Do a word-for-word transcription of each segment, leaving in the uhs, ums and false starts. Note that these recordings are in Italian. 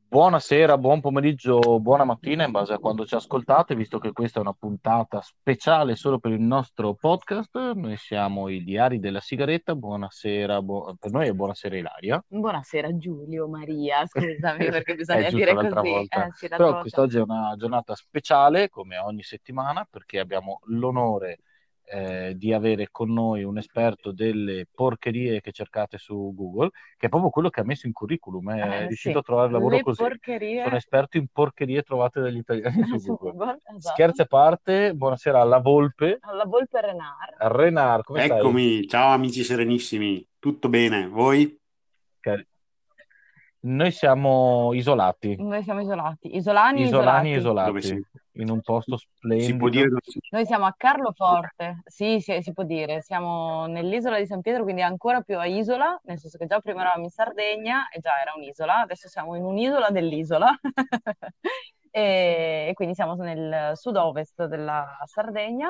Buonasera, buon pomeriggio, buona mattina in base a quando ci ascoltate, visto che questa è una puntata speciale solo per il nostro podcast. Noi siamo i Diari della Sigaretta. Buonasera, bu- per noi è buonasera Ilaria. Buonasera Giulio, Maria, scusami perché È bisogna giusto dire l'altra così. volta. Eh sì, l'altra Però volta. quest'oggi è una giornata speciale, come ogni settimana, perché abbiamo l'onore eh, di avere con noi un esperto delle porcherie che cercate su Google, che è proprio quello che ha messo in curriculum. È Eh riuscito sì, a trovare lavoro le così. Sono porcherie esperto in porcherie trovate dagli italiani su su Google. Google, esatto. Scherzi a parte, buonasera alla Volpe. Alla Volpe Renard. Renar, come stai? Eccomi, ciao amici serenissimi, tutto bene? Voi? Cari- Noi siamo isolati, Noi siamo isolati, isolani o isolani isolati? Dove isolati, si, in un posto si può dire splendido. dove si... Noi siamo a Carloforte, sì, sì, si può dire, siamo nell'isola di San Pietro, quindi ancora più a isola, nel senso che già prima eravamo in Sardegna e già era un'isola, adesso siamo in un'isola dell'isola e, e quindi siamo nel sud-ovest della Sardegna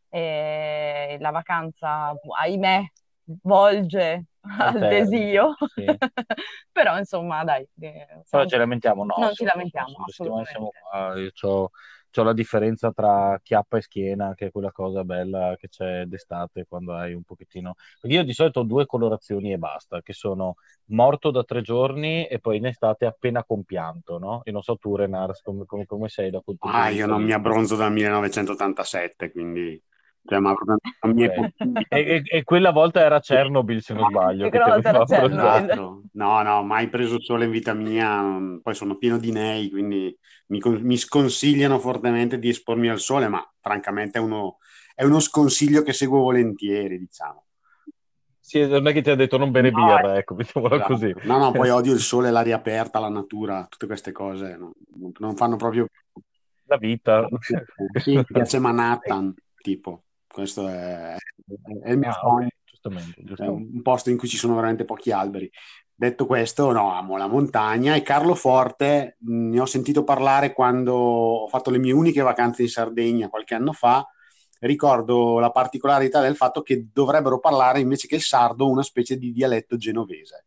e la vacanza, ahimè, volge Al al termine, desio, sì. però insomma dai, eh, Però siamo- ci lamentiamo? No, non ci sono, sono, lamentiamo sono due settimane siamo assolutamente. qua. Io c'ho, c'ho la differenza tra chiappa e schiena, che è quella cosa bella che c'è d'estate quando hai un pochettino. Perché io di solito ho due colorazioni e basta, che sono morto da tre giorni e poi in estate appena compianto, no? Io non so tu, Renars, come, come- come sei da quel punto Ah, di io vista non mi lì. abbronzo dal millenovecentottantasette, quindi... Cioè, ma proprio non mi Ok. è E, possibile. e- e quella volta era Chernobyl, se non sbaglio, E che quella ti volta era aveva Chernobyl. abbronzato. Esatto, no, no, mai preso sole in vita mia, non- poi sono pieno di nei, quindi mi, con- mi sconsigliano fortemente di espormi al sole, ma francamente è uno, è uno sconsiglio che seguo volentieri, diciamo. Sì, non è che ti ha detto non No, bere birra, ecco, mettiamola così. esatto. No, no, poi odio il sole, l'aria aperta, la natura, tutte queste cose no, non fanno proprio... La vita. Sì, mi piace Manhattan, tipo, questo è, è il mio Ah, ok, sogno, giustamente, è giustamente. un posto in cui ci sono veramente pochi alberi. Detto questo, no, amo la montagna e Carloforte, mh, ne ho sentito parlare quando ho fatto le mie uniche vacanze in Sardegna qualche anno fa. Ricordo la particolarità del fatto che dovrebbero parlare invece che il sardo una specie di dialetto genovese.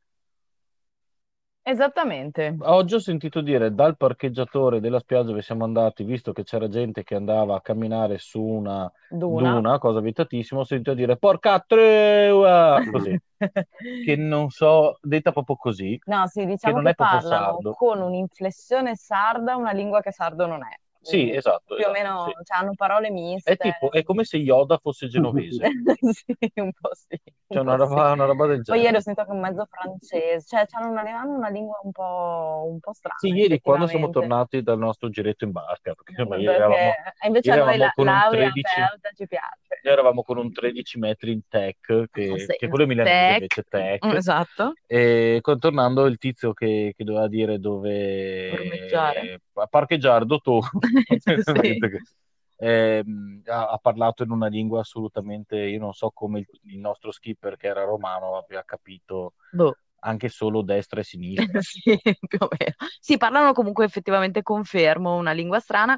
Esattamente. Oggi ho sentito dire dal parcheggiatore della spiaggia dove siamo andati, visto che c'era gente che andava a camminare su una Duna. duna, cosa vietatissima, ho sentito dire porca treua, così, che non so, detta proprio così, No, sì, che diciamo non che è proprio parlano sardo. con un'inflessione sarda, una lingua che sardo non è. Sì, Mm, esatto, più o esatto, meno, sì. cioè, hanno parole È miste. tipo, è come se Yoda fosse genovese, Sì, un po' sì, un cioè una po' sì. roba, una roba del Poi ieri ho genere. sentito che è un mezzo francese, cioè hanno una, hanno una lingua un po', un po' Sì, strana, ieri quando siamo effettivamente. tornati dal nostro giretto in barca, perché insomma, ieri Perché eravamo, invece a ieri noi eravamo la- con un l'aurea tredici, aperta ci piace. noi eravamo con un tredici metri in tech, che, Sì, che quello è milanese tech, invece mm, tech, esatto, e con- tornando il tizio che, che doveva dire ormeggiare. dove a parcheggiardo tu, Sì. che- ehm, ha, ha parlato in una lingua assolutamente, io non so come il, il nostro skipper che era romano abbia capito Boh. anche solo destra e sinistra. Sì, più o meno. Sì, parlano comunque effettivamente, confermo, una lingua strana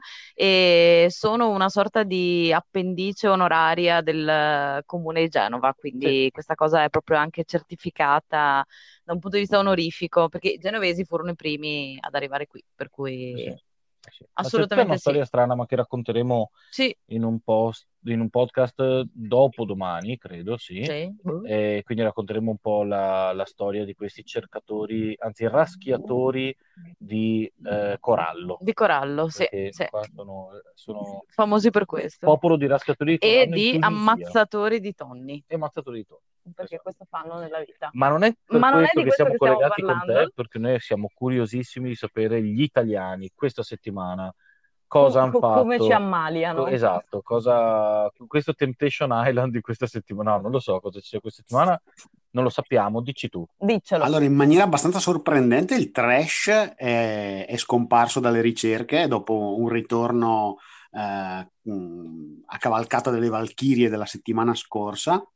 e sono una sorta di appendice onoraria del comune di Genova, Sì, quindi questa cosa è proprio anche certificata da un punto di vista onorifico, perché i genovesi furono i primi ad arrivare qui, per sì, sì. cui Sì. Ma c'è tutta una assolutamente sì. storia strana, ma che racconteremo Sì, in un post, in un podcast dopo domani, credo, sì. sì, boh. E quindi racconteremo un po' la, la storia di questi cercatori, anzi raschiatori di eh, corallo, Di corallo, sì, perché sì. qua sono, sono Famosi per questo. popolo di raschiatori di E corallo in di Tunisia ammazzatori di tonni, e mazzatori di tonno. perché Esatto. questo fanno nella vita. Ma non è per Ma non è questo di che questo siamo che stiamo collegati con te, parlando? perché noi siamo curiosissimi di sapere gli italiani questa settimana Co- cosa hanno co- come ci fatto. Co- ammaliano? Esatto, cosa questo Temptation Island di questa settimana, no, non lo so cosa c'è questa settimana, non lo sappiamo, dici tu. Diccelo. Allora, in maniera abbastanza sorprendente, il trash è, è scomparso dalle ricerche dopo un ritorno eh, mh, a cavalcata delle Valchirie della settimana scorsa.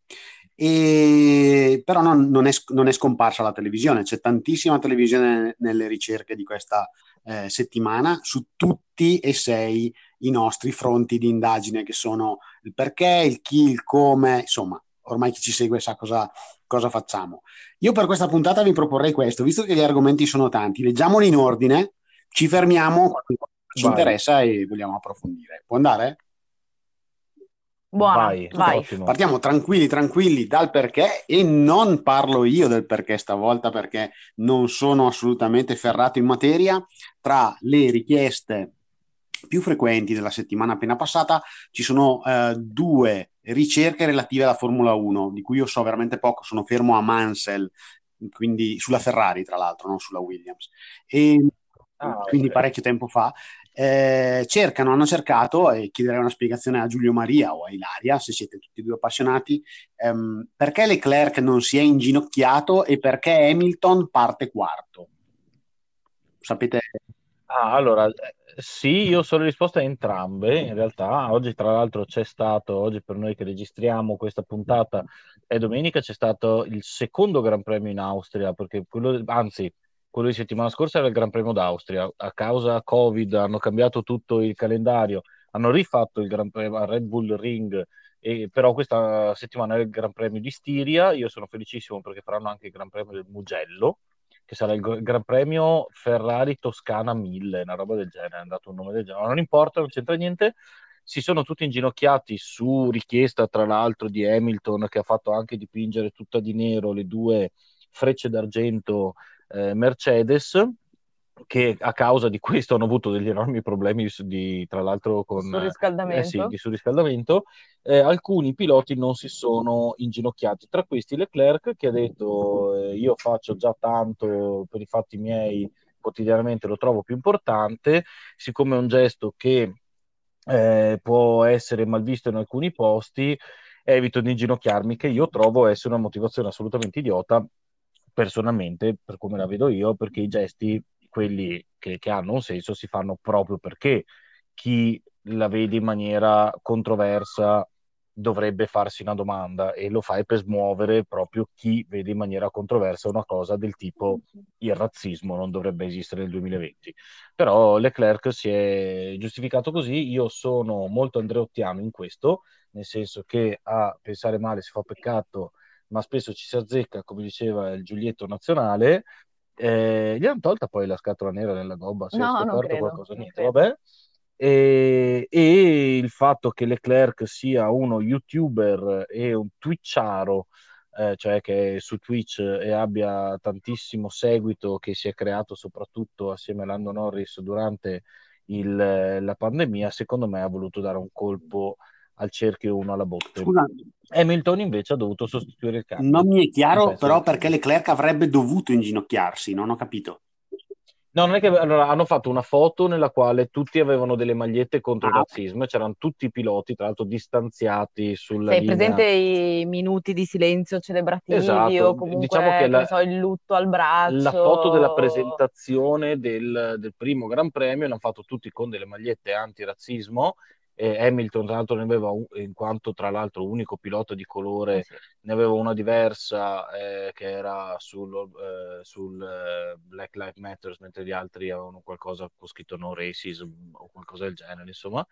E, però non, non è, non è scomparsa la televisione, c'è tantissima televisione nelle ricerche di questa eh, settimana su tutti e sei i nostri fronti di indagine, che sono il perché, il chi, il come, insomma, ormai chi ci segue sa cosa cosa facciamo. Io per questa puntata vi proporrei questo, visto che gli argomenti sono tanti, leggiamoli in ordine ci fermiamo quando ci Vai, interessa e vogliamo approfondire. Può andare? Buona, vai, vai. Ok, ottimo. partiamo tranquilli, tranquilli dal perché e non parlo io del perché stavolta perché non sono assolutamente ferrato in materia. Tra le richieste più frequenti della settimana appena passata ci sono eh, due ricerche relative alla Formula uno, di cui io so veramente poco, sono fermo a Mansell, quindi sulla Ferrari tra l'altro, non sulla Williams. E Ah, quindi ok. parecchio tempo fa eh, cercano, hanno cercato, e chiederei una spiegazione a Giulio Maria o a Ilaria, se siete tutti e due appassionati, ehm, perché Leclerc non si è inginocchiato e perché Hamilton parte quarto. Sapete? Ah, allora, eh, sì, io so le risposte a entrambe, in realtà. Oggi, tra l'altro, c'è stato, oggi per noi che registriamo questa puntata, è domenica, c'è stato il secondo Gran Premio in Austria, perché quello, anzi, quello di settimana scorsa era il Gran Premio d'Austria. A causa Covid hanno cambiato tutto il calendario, hanno rifatto il Gran Premio a Red Bull Ring, e, però questa settimana è il Gran Premio di Stiria. Io sono felicissimo perché faranno anche il Gran Premio del Mugello, che sarà il Gr- Gran Premio Ferrari Toscana mille, una roba del genere, è dato un nome del genere, ma non importa, non c'entra niente. Si sono tutti inginocchiati su richiesta, tra l'altro, di Hamilton, che ha fatto anche dipingere tutta di nero le due frecce d'argento eh, Mercedes, che a causa di questo hanno avuto degli enormi problemi su- di, tra l'altro con eh, sì, Surriscaldamento. di surriscaldamento. Eh, alcuni piloti non si sono inginocchiati, tra questi Leclerc, che ha detto eh, io faccio già tanto per i fatti miei quotidianamente, lo trovo più importante, siccome è un gesto che eh, può essere mal visto in alcuni posti, evito di inginocchiarmi, che io trovo essere una motivazione assolutamente idiota, personalmente, per come la vedo io, perché i gesti, quelli che, che hanno un senso, si fanno proprio perché chi la vede in maniera controversa dovrebbe farsi una domanda, e lo fai per smuovere proprio chi vede in maniera controversa una cosa del tipo: il razzismo non dovrebbe esistere nel duemilaventi. Però Leclerc si è giustificato così. Io sono molto andreottiano in questo, nel senso che a pensare male si fa peccato, ma spesso ci si azzecca, come diceva il Giulietto nazionale. Eh, gli hanno tolta poi la scatola nera nella gobba, si è No, non scoperto credo, qualcosa, non niente, credo. vabbè. E, e il fatto che Leclerc sia uno YouTuber e un Twitcharo, eh, cioè che è su Twitch e abbia tantissimo seguito, che si è creato soprattutto assieme a Lando Norris durante il- la pandemia, secondo me ha voluto dare un colpo al cerchio, uno alla botte. Scusa, Hamilton invece ha dovuto sostituire il non cambio, mi è un chiaro pezzo però del perché cambio. Leclerc avrebbe dovuto inginocchiarsi, non ho capito. No, non è che allora, hanno fatto una foto nella quale tutti avevano delle magliette contro il Ah, ok. razzismo, e c'erano tutti i piloti, tra l'altro distanziati sulla Sei presente linea. i minuti di silenzio celebrativi o Esatto, diciamo che comunque, che la, ne so, il lutto al la foto della braccio? presentazione del, del primo Gran Premio l'hanno fatto tutti con delle magliette antirazzismo. E Hamilton, tra l'altro, ne aveva, un- in quanto tra l'altro unico pilota di Eh colore, sì. ne aveva una diversa eh, che era sul, eh, sul eh, Black Lives Matter, mentre gli altri avevano qualcosa con scritto no racism o qualcosa del genere, insomma.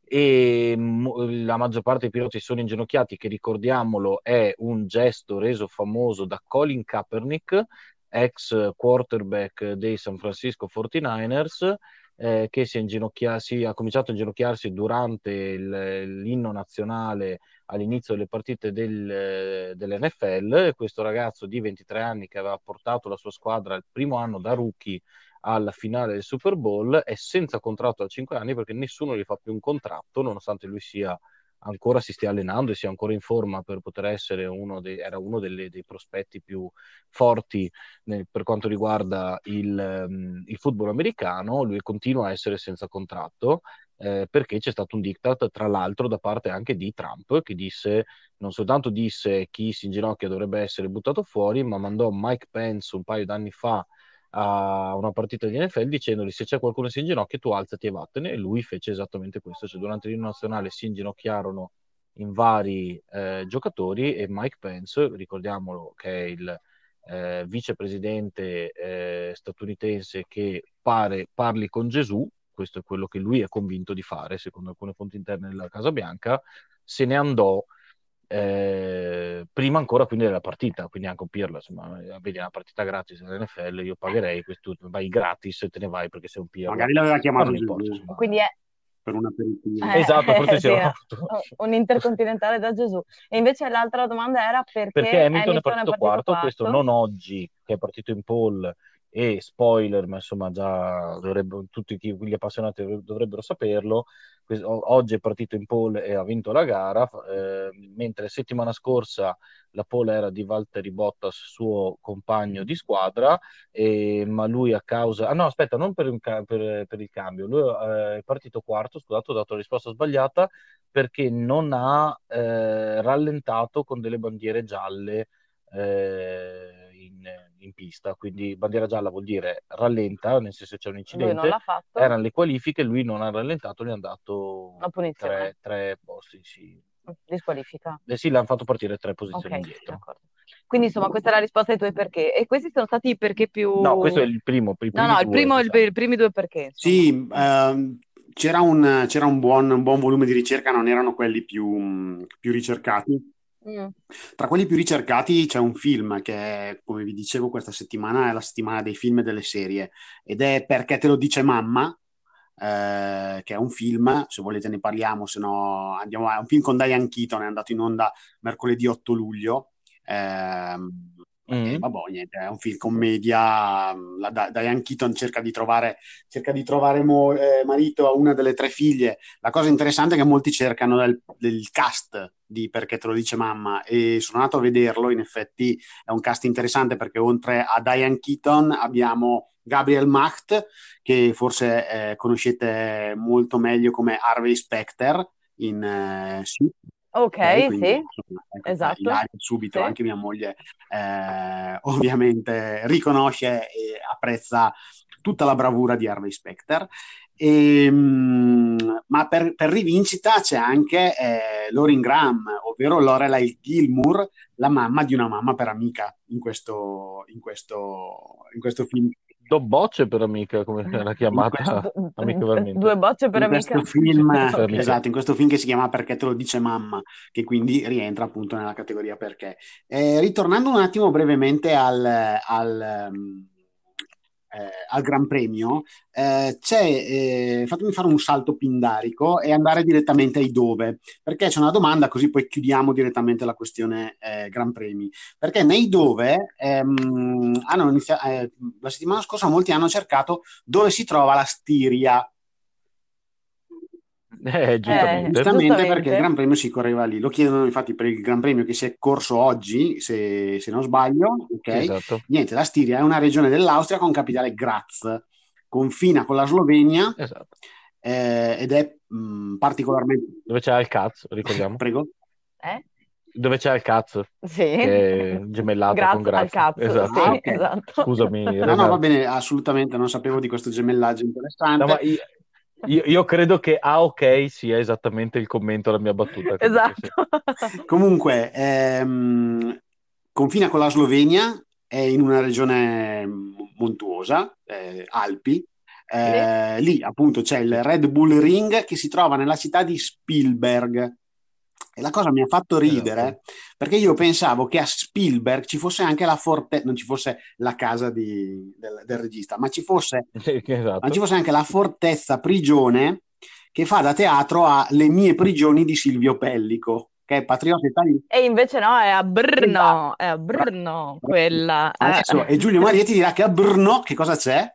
E mo- la maggior parte dei piloti si sono inginocchiati, che ricordiamolo è un gesto reso famoso da Colin Kaepernick, ex quarterback dei San Francisco quarantanovers, eh, che si è inginocchia- si- ha cominciato a inginocchiarsi durante il- l'inno nazionale all'inizio delle partite del- dell'N F L. E questo ragazzo di ventitré anni, che aveva portato la sua squadra il primo anno da rookie alla finale del Super Bowl, è senza contratto da cinque anni perché nessuno gli fa più un contratto, nonostante lui sia ancora si stia allenando e sia ancora in forma per poter essere uno dei, era uno delle- dei prospetti più forti nel- per quanto riguarda il, ehm, il football americano. Lui continua a essere senza contratto, eh, perché c'è stato un diktat, tra l'altro, da parte anche di Trump, che disse, non soltanto disse chi si inginocchia dovrebbe essere buttato fuori, ma mandò Mike Pence un paio d'anni fa a una partita di N F L dicendogli: se c'è qualcuno che si inginocchia, tu alzati e vattene. E lui fece esattamente questo, cioè durante l'inno nazionale si inginocchiarono in vari eh, giocatori, e Mike Pence, ricordiamolo, che è il eh, vicepresidente eh, statunitense che pare parli con Gesù, questo è quello che lui è convinto di fare, secondo alcune fonti interne della Casa Bianca, se ne andò eh, prima ancora quindi della partita, quindi anche un Pirlo, insomma, eh, vedi una partita gratis all'N F L, io pagherei, questo vai gratis e te ne vai perché sei un Pirlo, Magari l'aveva ma chiamato non importa, Gesù insomma. Quindi è, per un aperitivo. eh, Esatto, forse sì, sì. no, un intercontinentale da Gesù. E invece l'altra domanda era Perché perché Hamilton è Hamilton è partito partito quarto, questo quarto? non oggi, che è partito in pole, e spoiler, ma insomma già dovrebbero, tutti chi- gli appassionati dovre- dovrebbero saperlo, que- o- oggi è partito in pole e ha vinto la gara, eh, mentre settimana scorsa la pole era di Valtteri Bottas, suo compagno di squadra, e- ma lui a causa... Ah no, aspetta, non per, un ca- per- per il cambio, lui eh, è partito quarto, scusate, ho dato la risposta sbagliata, perché non ha eh, rallentato con delle bandiere gialle eh, in, in pista. Quindi bandiera gialla vuol dire rallenta, nel senso che c'è un Lui non incidente. l'ha fatto, Erano le qualifiche, lui non ha rallentato, gli hanno la dato punizione, tre, tre posti. Sì. disqualifica. Eh sì, l'hanno fatto partire tre Ok, posizioni indietro. d'accordo. Quindi insomma questa è la risposta ai tuoi perché. E questi sono stati i perché più... No, questo è No, il primo, per i primi no, il due, primo, il- diciamo. i primi due perché, insomma. Sì, Mm. ehm, c'era un, c'era un buon, un buon volume di ricerca, non erano quelli più, più ricercati. Mm. Tra quelli più ricercati c'è un film che, come vi dicevo, questa settimana è la settimana dei film e delle serie ed è Perché te lo dice mamma, eh, che è un film, se volete ne parliamo, se no andiamo a... È un film con Diane Keaton, è andato in onda mercoledì otto luglio. Ehm, e Mm. vabbè, niente, è un film commedia. La Da- Diane Keaton cerca di trovare, cerca di trovare mo- eh, marito a una delle tre figlie. La cosa interessante è che molti cercano del, del cast di Perché te lo dice mamma e sono andato a vederlo, in effetti è un cast interessante perché oltre a Diane Keaton abbiamo Gabriel Macht, che forse eh, conoscete molto meglio come Harvey Specter in eh, sì, ok, Ok, quindi sì, insomma, ecco qua, esatto. Ilaria subito, Sì. anche mia moglie eh, ovviamente riconosce e apprezza tutta la bravura di Harvey Specter. E, mh, ma per, per rivincita c'è anche eh, Lauren Graham, ovvero Lorelai Gilmour, la mamma di una mamma per amica in questo, in questo, in questo film. Do bocce per amica, come era In questo, chiamata amichevolmente. Due bocce per in questo amica. film, Per Ok. amiche. esatto, in questo film che si chiama Perché te lo dice mamma, che quindi rientra appunto nella categoria perché. Eh, ritornando un attimo brevemente al, al, um, eh, al Gran Premio, eh, c'è, eh, fatemi fare un salto pindarico e andare direttamente ai dove, perché c'è una domanda, così poi chiudiamo direttamente la questione eh, Gran Premi. Perché nei dove ehm, hanno inizia- eh, la settimana scorsa molti hanno cercato dove si trova la Stiria. Eh, Eh, giustamente. Giustamente perché il giustamente. Gran Premio si correva lì. Lo chiedono infatti per il Gran Premio che si è corso oggi, se, se non sbaglio. Sì, Ok? esatto. Niente, la Stiria è una regione dell'Austria con capitale Graz, confina con la Slovenia Esatto. eh, ed è mh, particolarmente... Dove c'è il cazzo, ricordiamo. Prego. Eh? Dove c'è il cazzo, Sì. che è gemellata con Grazie al Graz. cazzo, Esatto. Ah, sì, ok. esatto. Scusami, No, no, va Renata. bene, assolutamente, non sapevo di questo gemellaggio No, ma interessante. io, io- io credo che ah, ok sia esattamente il commento alla mia battuta. Comunque, sì. Esatto. Comunque, ehm, confina con la Slovenia, è in una regione montuosa, eh, Alpi. Sì. Eh, lì appunto c'è Sì. il Red Bull Ring che si trova nella città di Spielberg. E la cosa mi ha fatto ridere Esatto. perché io pensavo che a Spielberg ci fosse anche la fortezza, non ci fosse la casa di- del, del regista, ma ci fosse, Sì, ma ci esatto. fosse anche la fortezza prigione che fa da teatro a Le mie prigioni di Silvio Pellico, che è patriota italiano. E invece no, è a Esatto. Brno, è a Bravo, Brno bravo. quella. eh. Adesso, e Giulio Maria ti dirà che a Brno che cosa c'è?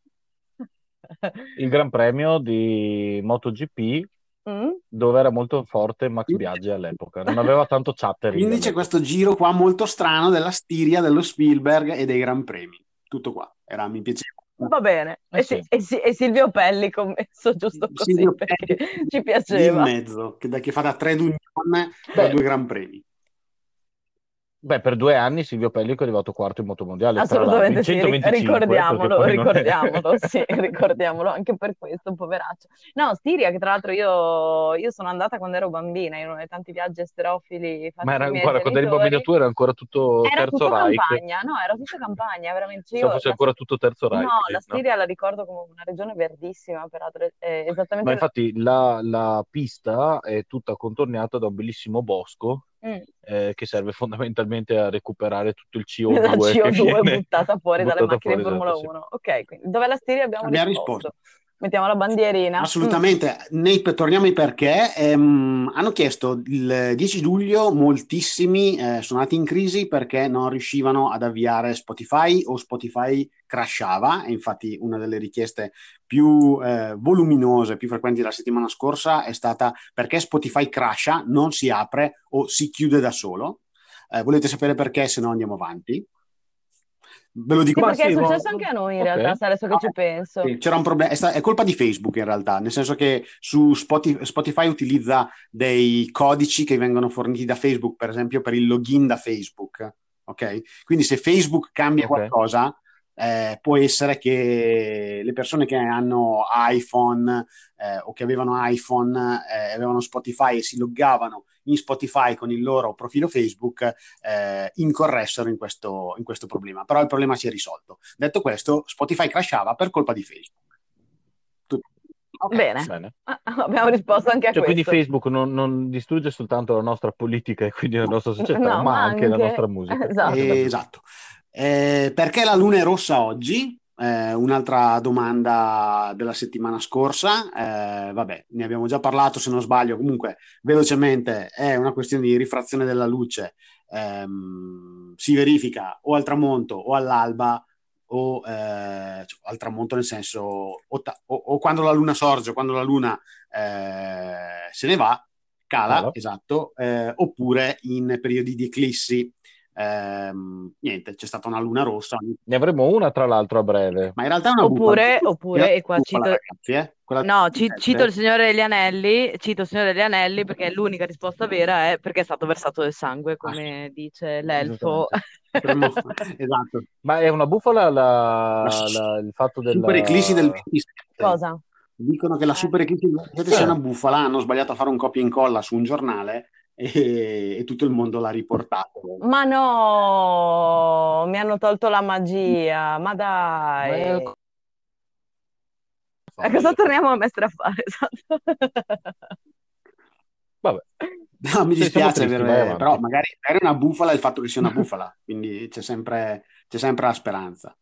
Il Gran Premio di MotoGP, Mm? dove era molto forte Max Biaggi all'epoca. Non aveva tanto chattering Quindi c'è questo all'epoca. giro qua molto strano della Stiria, dello Spielberg e dei Gran Premi. Tutto qua. Era, mi piaceva. Va bene. Eh E, si- sì. e si- e Silvio Pelli commesso giusto così Silvio perché Pelli ci lì in piaceva. mezzo, che, da- che fa da trade union tra Beh, due Gran Premi. beh, per due anni Silvio Pellico è arrivato quarto in motomondiale, tra l'altro, in Assolutamente sì, ri- centoventicinque, perché ricordiamolo, poi non è... ricordiamolo, sì, ricordiamolo anche per questo, poveraccio. No, Stiria, che tra l'altro io, io sono andata quando ero bambina in uno dei tanti viaggi esterofili Ma fatti dai era, miei guarda, quando eri bambino genitori. tu era ancora tutto Era Terzo tutto Reich, campagna, no, era tutto campagna, veramente. Cioè, se io fosse la, ancora tutto Terzo no, Reich la lì, no? Stiria la ricordo come una regione verdissima, peraltro, eh, Ma esattamente. infatti la, la pista è tutta contornata da un bellissimo bosco Mm. eh, che serve fondamentalmente a recuperare tutto il C O La due che C O due viene buttata fuori dalle buttato macchine fuori, in Formula esatto, sì. uno. Ok, quindi dove la stiri abbiamo Abbiamo risposto. risposto. Mettiamo la bandierina. Mm. Assolutamente. Nei- torniamo ai perché. Ehm, hanno chiesto il dieci luglio, moltissimi eh, sono andati in crisi perché non riuscivano ad avviare Spotify o Spotify crashava. E infatti una delle richieste più eh, voluminose, più frequenti della settimana scorsa è stata perché Spotify crasha, non si apre o si chiude da solo. Eh, volete sapere perché? Se no andiamo avanti. Ve lo dico. Sì, Ma perché è sì, ma... successo anche a noi in realtà, ok. se adesso che ci penso. Sì, c'era un problema, è, sta- è colpa di Facebook in realtà, nel senso che su Spotify, Spotify utilizza dei codici che vengono forniti da Facebook, per esempio per il login da Facebook, ok? Quindi se Facebook cambia Ok. qualcosa, eh, può essere che le persone che hanno iPhone eh, o che avevano iPhone eh, avevano Spotify e si loggavano in Spotify con il loro profilo Facebook eh, incorressero in questo, in questo problema, però il problema si è risolto. Detto questo, Spotify crashava per colpa di Facebook. Tutto. Ok. Bene, Bene. Ah, abbiamo risposto anche a Cioè, quindi questo. Facebook non, non distrugge soltanto la nostra politica e quindi la nostra società, No, ma ma anche la anche... nostra musica. Ok, Esatto. va Eh, giusto. esatto. Eh, perché la luna è rossa oggi? Eh, un'altra domanda della settimana scorsa. Eh, vabbè, ne abbiamo già parlato se non sbaglio. Comunque, velocemente, è una questione di rifrazione della luce. Ehm, si verifica o al tramonto o all'alba o eh, cioè, al tramonto nel senso o, ta- o- o quando la luna sorge o quando la luna eh, se ne va, cala, Cala. esatto, eh, oppure in periodi di eclissi. Ehm, niente, c'è stata una luna rossa, Ne avremo una, tra l'altro, a breve. ma in realtà è una bufala. Oppure, Era oppure, e qua una bufala, cito, ragazzi, eh? Quella no, del ci- cito il sette. Signore degli Anelli, cito il Signore degli Anelli perché l'unica risposta vera è perché è stato versato del sangue, Ah, come dice l'elfo. Esattamente. potremmo- esatto. Ma è una bufala La la- su- la- il fatto super eclissi del della... ventisette. Cosa? Dicono che la Eh. super eclissi del ventisette sia Ah, una bufala, hanno sbagliato a fare un copia e incolla su un giornale e, e tutto il mondo l'ha riportato. Ma no, mi hanno tolto la magia, ma ma è... dai. E cosa fare? torniamo a mettere a fare? Esatto. Vabbè, No, mi se siamo dispiace, tristi, vai avere- però avanti. magari, magari è una bufala il fatto che sia una bufala, quindi c'è sempre, c'è sempre la speranza.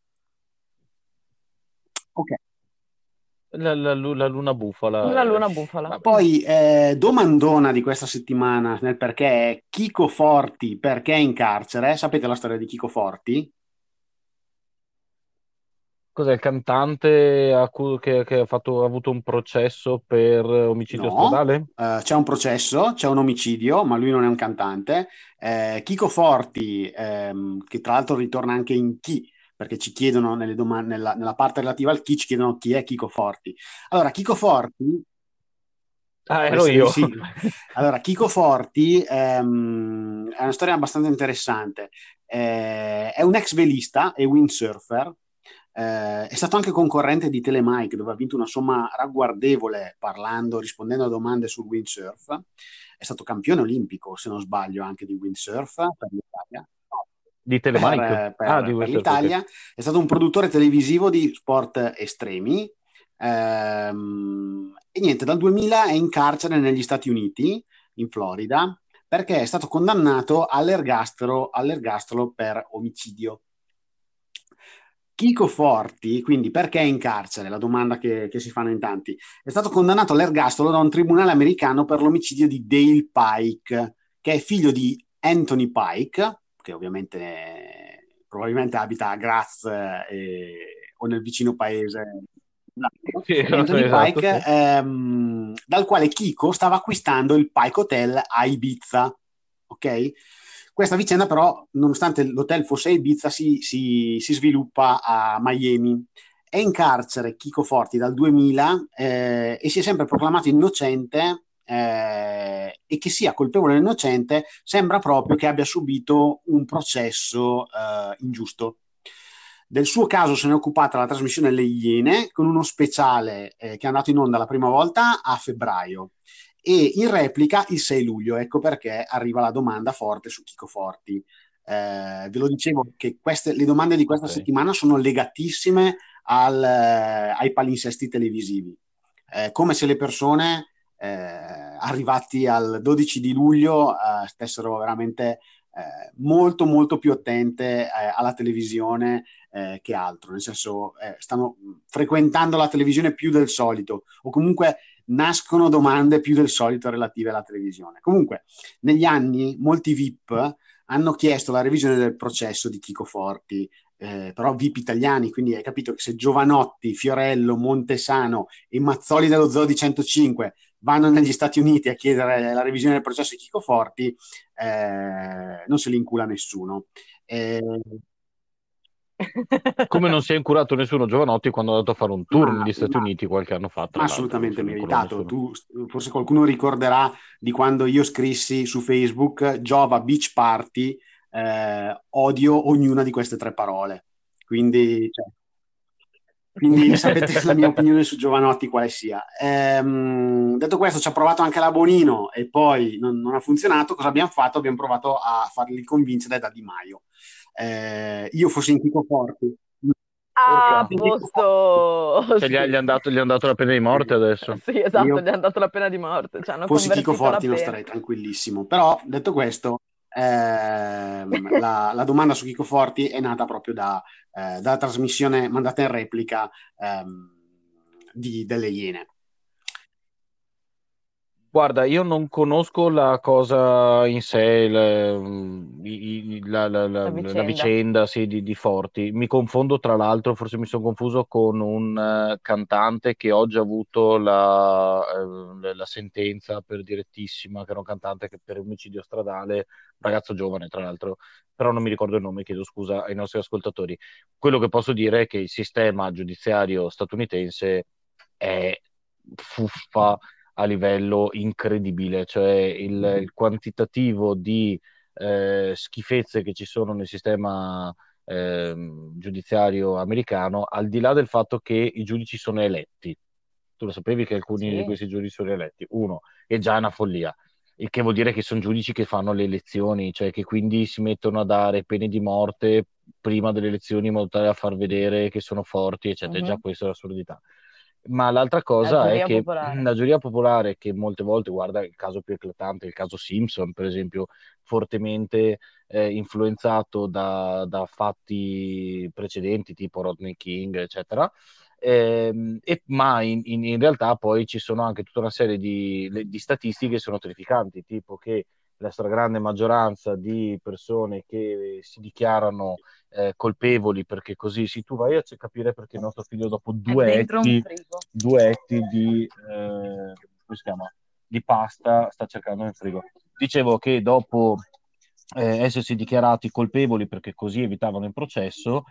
Ok. La, la lu- la luna bufala La è... luna bufala. Vabbè. Poi, eh, domandona di questa settimana nel perché è Chico Forti perché è in carcere. Sapete la storia di Chico Forti? Cos'è il cantante a cui- che, che ha fatto, ha avuto un processo per omicidio No. stradale? Eh, c'è un processo, c'è un omicidio, ma lui non è un cantante. Eh, Chico Forti, ehm, che tra l'altro ritorna anche in chi, perché ci chiedono nelle domande, nella, nella parte relativa al chi, ci chiedono chi è Chico Forti. Allora, Chico Forti, Ah, può ero essere io. sì. Allora, Chico Forti ehm, è una storia abbastanza interessante. Eh, è un ex velista e windsurfer. Eh, è stato anche concorrente di Telemike, dove ha vinto una somma ragguardevole parlando, rispondendo a domande sul windsurf. È stato campione olimpico, se non sbaglio, anche di windsurf per l'Italia. No, Di per, Telemike? eh, Ah, di per- per Windsurf, ok. l'Italia. È stato un produttore televisivo di sport estremi. Ehm, e niente, dal duemila è in carcere negli Stati Uniti, in Florida, perché è stato condannato all'ergastolo, all'ergastolo per omicidio. Chico Forti, quindi perché è in carcere? La domanda che, che si fanno in tanti. È stato condannato all'ergastolo da un tribunale americano per l'omicidio di Dale Pike, che è figlio di Anthony Pike, che ovviamente eh, probabilmente abita a Graz eh, o nel vicino paese. Sì, Anthony esatto, Pike, sì. ehm, dal quale Chico stava acquistando il Pike Hotel a Ibiza. Ok? Questa vicenda, però, nonostante l'hotel fosse a Ibiza, si, si, si sviluppa a Miami. È in carcere Chico Forti dal duemila eh, e si è sempre proclamato innocente. Eh, e che sia colpevole o innocente, sembra proprio che abbia subito un processo eh, ingiusto. Del suo caso se ne è occupata la trasmissione Le Iene con uno speciale eh, che è andato in onda la prima volta a febbraio e in replica il sei luglio. Ecco perché arriva la domanda forte su Chico Forti. Eh, ve lo dicevo che queste, le domande di questa Ok. settimana sono legatissime al, eh, ai palinsesti televisivi. Eh, come se le persone eh, arrivati al dodici di luglio eh, stessero veramente eh, molto molto più attente eh, alla televisione eh, che altro, nel senso eh, stanno frequentando la televisione più del solito o comunque nascono domande più del solito relative alla televisione. Comunque negli anni molti V I P hanno chiesto la revisione del processo di Chico Forti, eh, però V I P italiani, quindi hai capito che se Giovanotti, Fiorello, Montesano e Mazzoli dello Zoo di centocinque vanno negli Stati Uniti a chiedere la revisione del processo di Chico Forti, eh, non se li incula nessuno. Eh, Come non si è incurato nessuno Giovanotti quando è andato a fare un tour ma, negli Stati ma- Uniti qualche anno fa, ma tra l'altro, non assolutamente se ne inculò meritato. nessuno. Tu, forse qualcuno ricorderà di quando io scrissi su Facebook Giova Beach Party, eh, odio ognuna di queste tre parole. Quindi, cioè, quindi sapete la mia opinione su Giovanotti quale sia. Ehm, detto questo, ci ha provato anche la Bonino e poi non, non ha funzionato. Cosa abbiamo fatto? Abbiamo provato a farli convincere da Di Maio. Eh, io fossi in Chico Forti. Ah, a Urca. fossi in Chico Forti, posto! Cioè, gli, ha- gli Sì. hanno dato, gli hanno dato la pena di morte adesso. Sì, esatto, io gli hanno dato la pena di morte, ci hanno fossi Chico convertito la Forti non pena. starei tranquillissimo. Però, detto questo, ehm, la, la domanda su Chico Forti è nata proprio da, eh, dalla trasmissione mandata in replica ehm, di, delle Iene. Guarda, io non conosco la cosa in sé, il- i- i- la, la- la- La la vicenda. vicenda sì, di, di Forti. Mi confondo, tra l'altro, forse mi sono confuso con un eh, cantante che oggi ha avuto la, eh, la sentenza per direttissima, che era un cantante che per omicidio stradale, un ragazzo giovane, tra l'altro, però non mi ricordo il nome, chiedo scusa ai nostri ascoltatori. Quello che posso dire è che il sistema giudiziario statunitense è fuffa a livello incredibile, cioè il, il quantitativo di eh, schifezze che ci sono nel sistema ehm, giudiziario americano, al di là del fatto che i giudici sono eletti. Tu lo sapevi che alcuni di Sì. questi giudici sono eletti? Uno, è già una follia. Il che vuol dire che sono giudici che fanno le elezioni, cioè che quindi si mettono a dare pene di morte prima delle elezioni in modo tale da far vedere che sono forti, eccetera. Già Mhm. questa è l'assurdità. Ma l'altra La cosa è giuria che popolare. la giuria popolare, che molte volte, guarda il caso più eclatante, il caso Simpson, per esempio, fortemente eh, influenzato da, da fatti precedenti, tipo Rodney King, eccetera. Ehm, e- ma in, in- in realtà poi ci sono anche tutta una serie di, le- di statistiche che sono terrificanti, tipo che la stragrande maggioranza di persone che si dichiarano eh, colpevoli, perché così sì, tu vai a c- capire perché il nostro figlio dopo È due dentro un etti, frigo. due etti di, eh, come si chiama? Di pasta sta cercando nel frigo. Dicevo che dopo eh, essersi dichiarati colpevoli perché così evitavano il processo,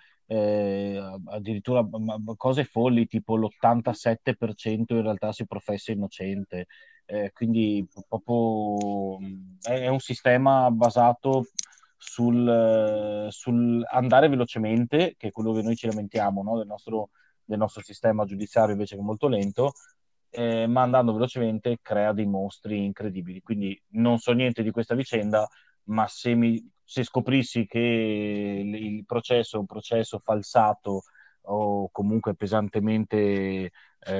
eh, addirittura ma- ma- cose folli, tipo l'ottantasette per cento in realtà si professa innocente. Eh, quindi proprio mh, è, è un sistema basato sul, eh, sul andare velocemente, che è quello che noi ci lamentiamo, no? del nostro, del nostro sistema giudiziario invece che è molto lento, eh, ma andando velocemente crea dei mostri incredibili. Quindi non so niente di questa vicenda, ma se, mi, se scoprissi che il, il processo è un processo falsato o comunque pesantemente,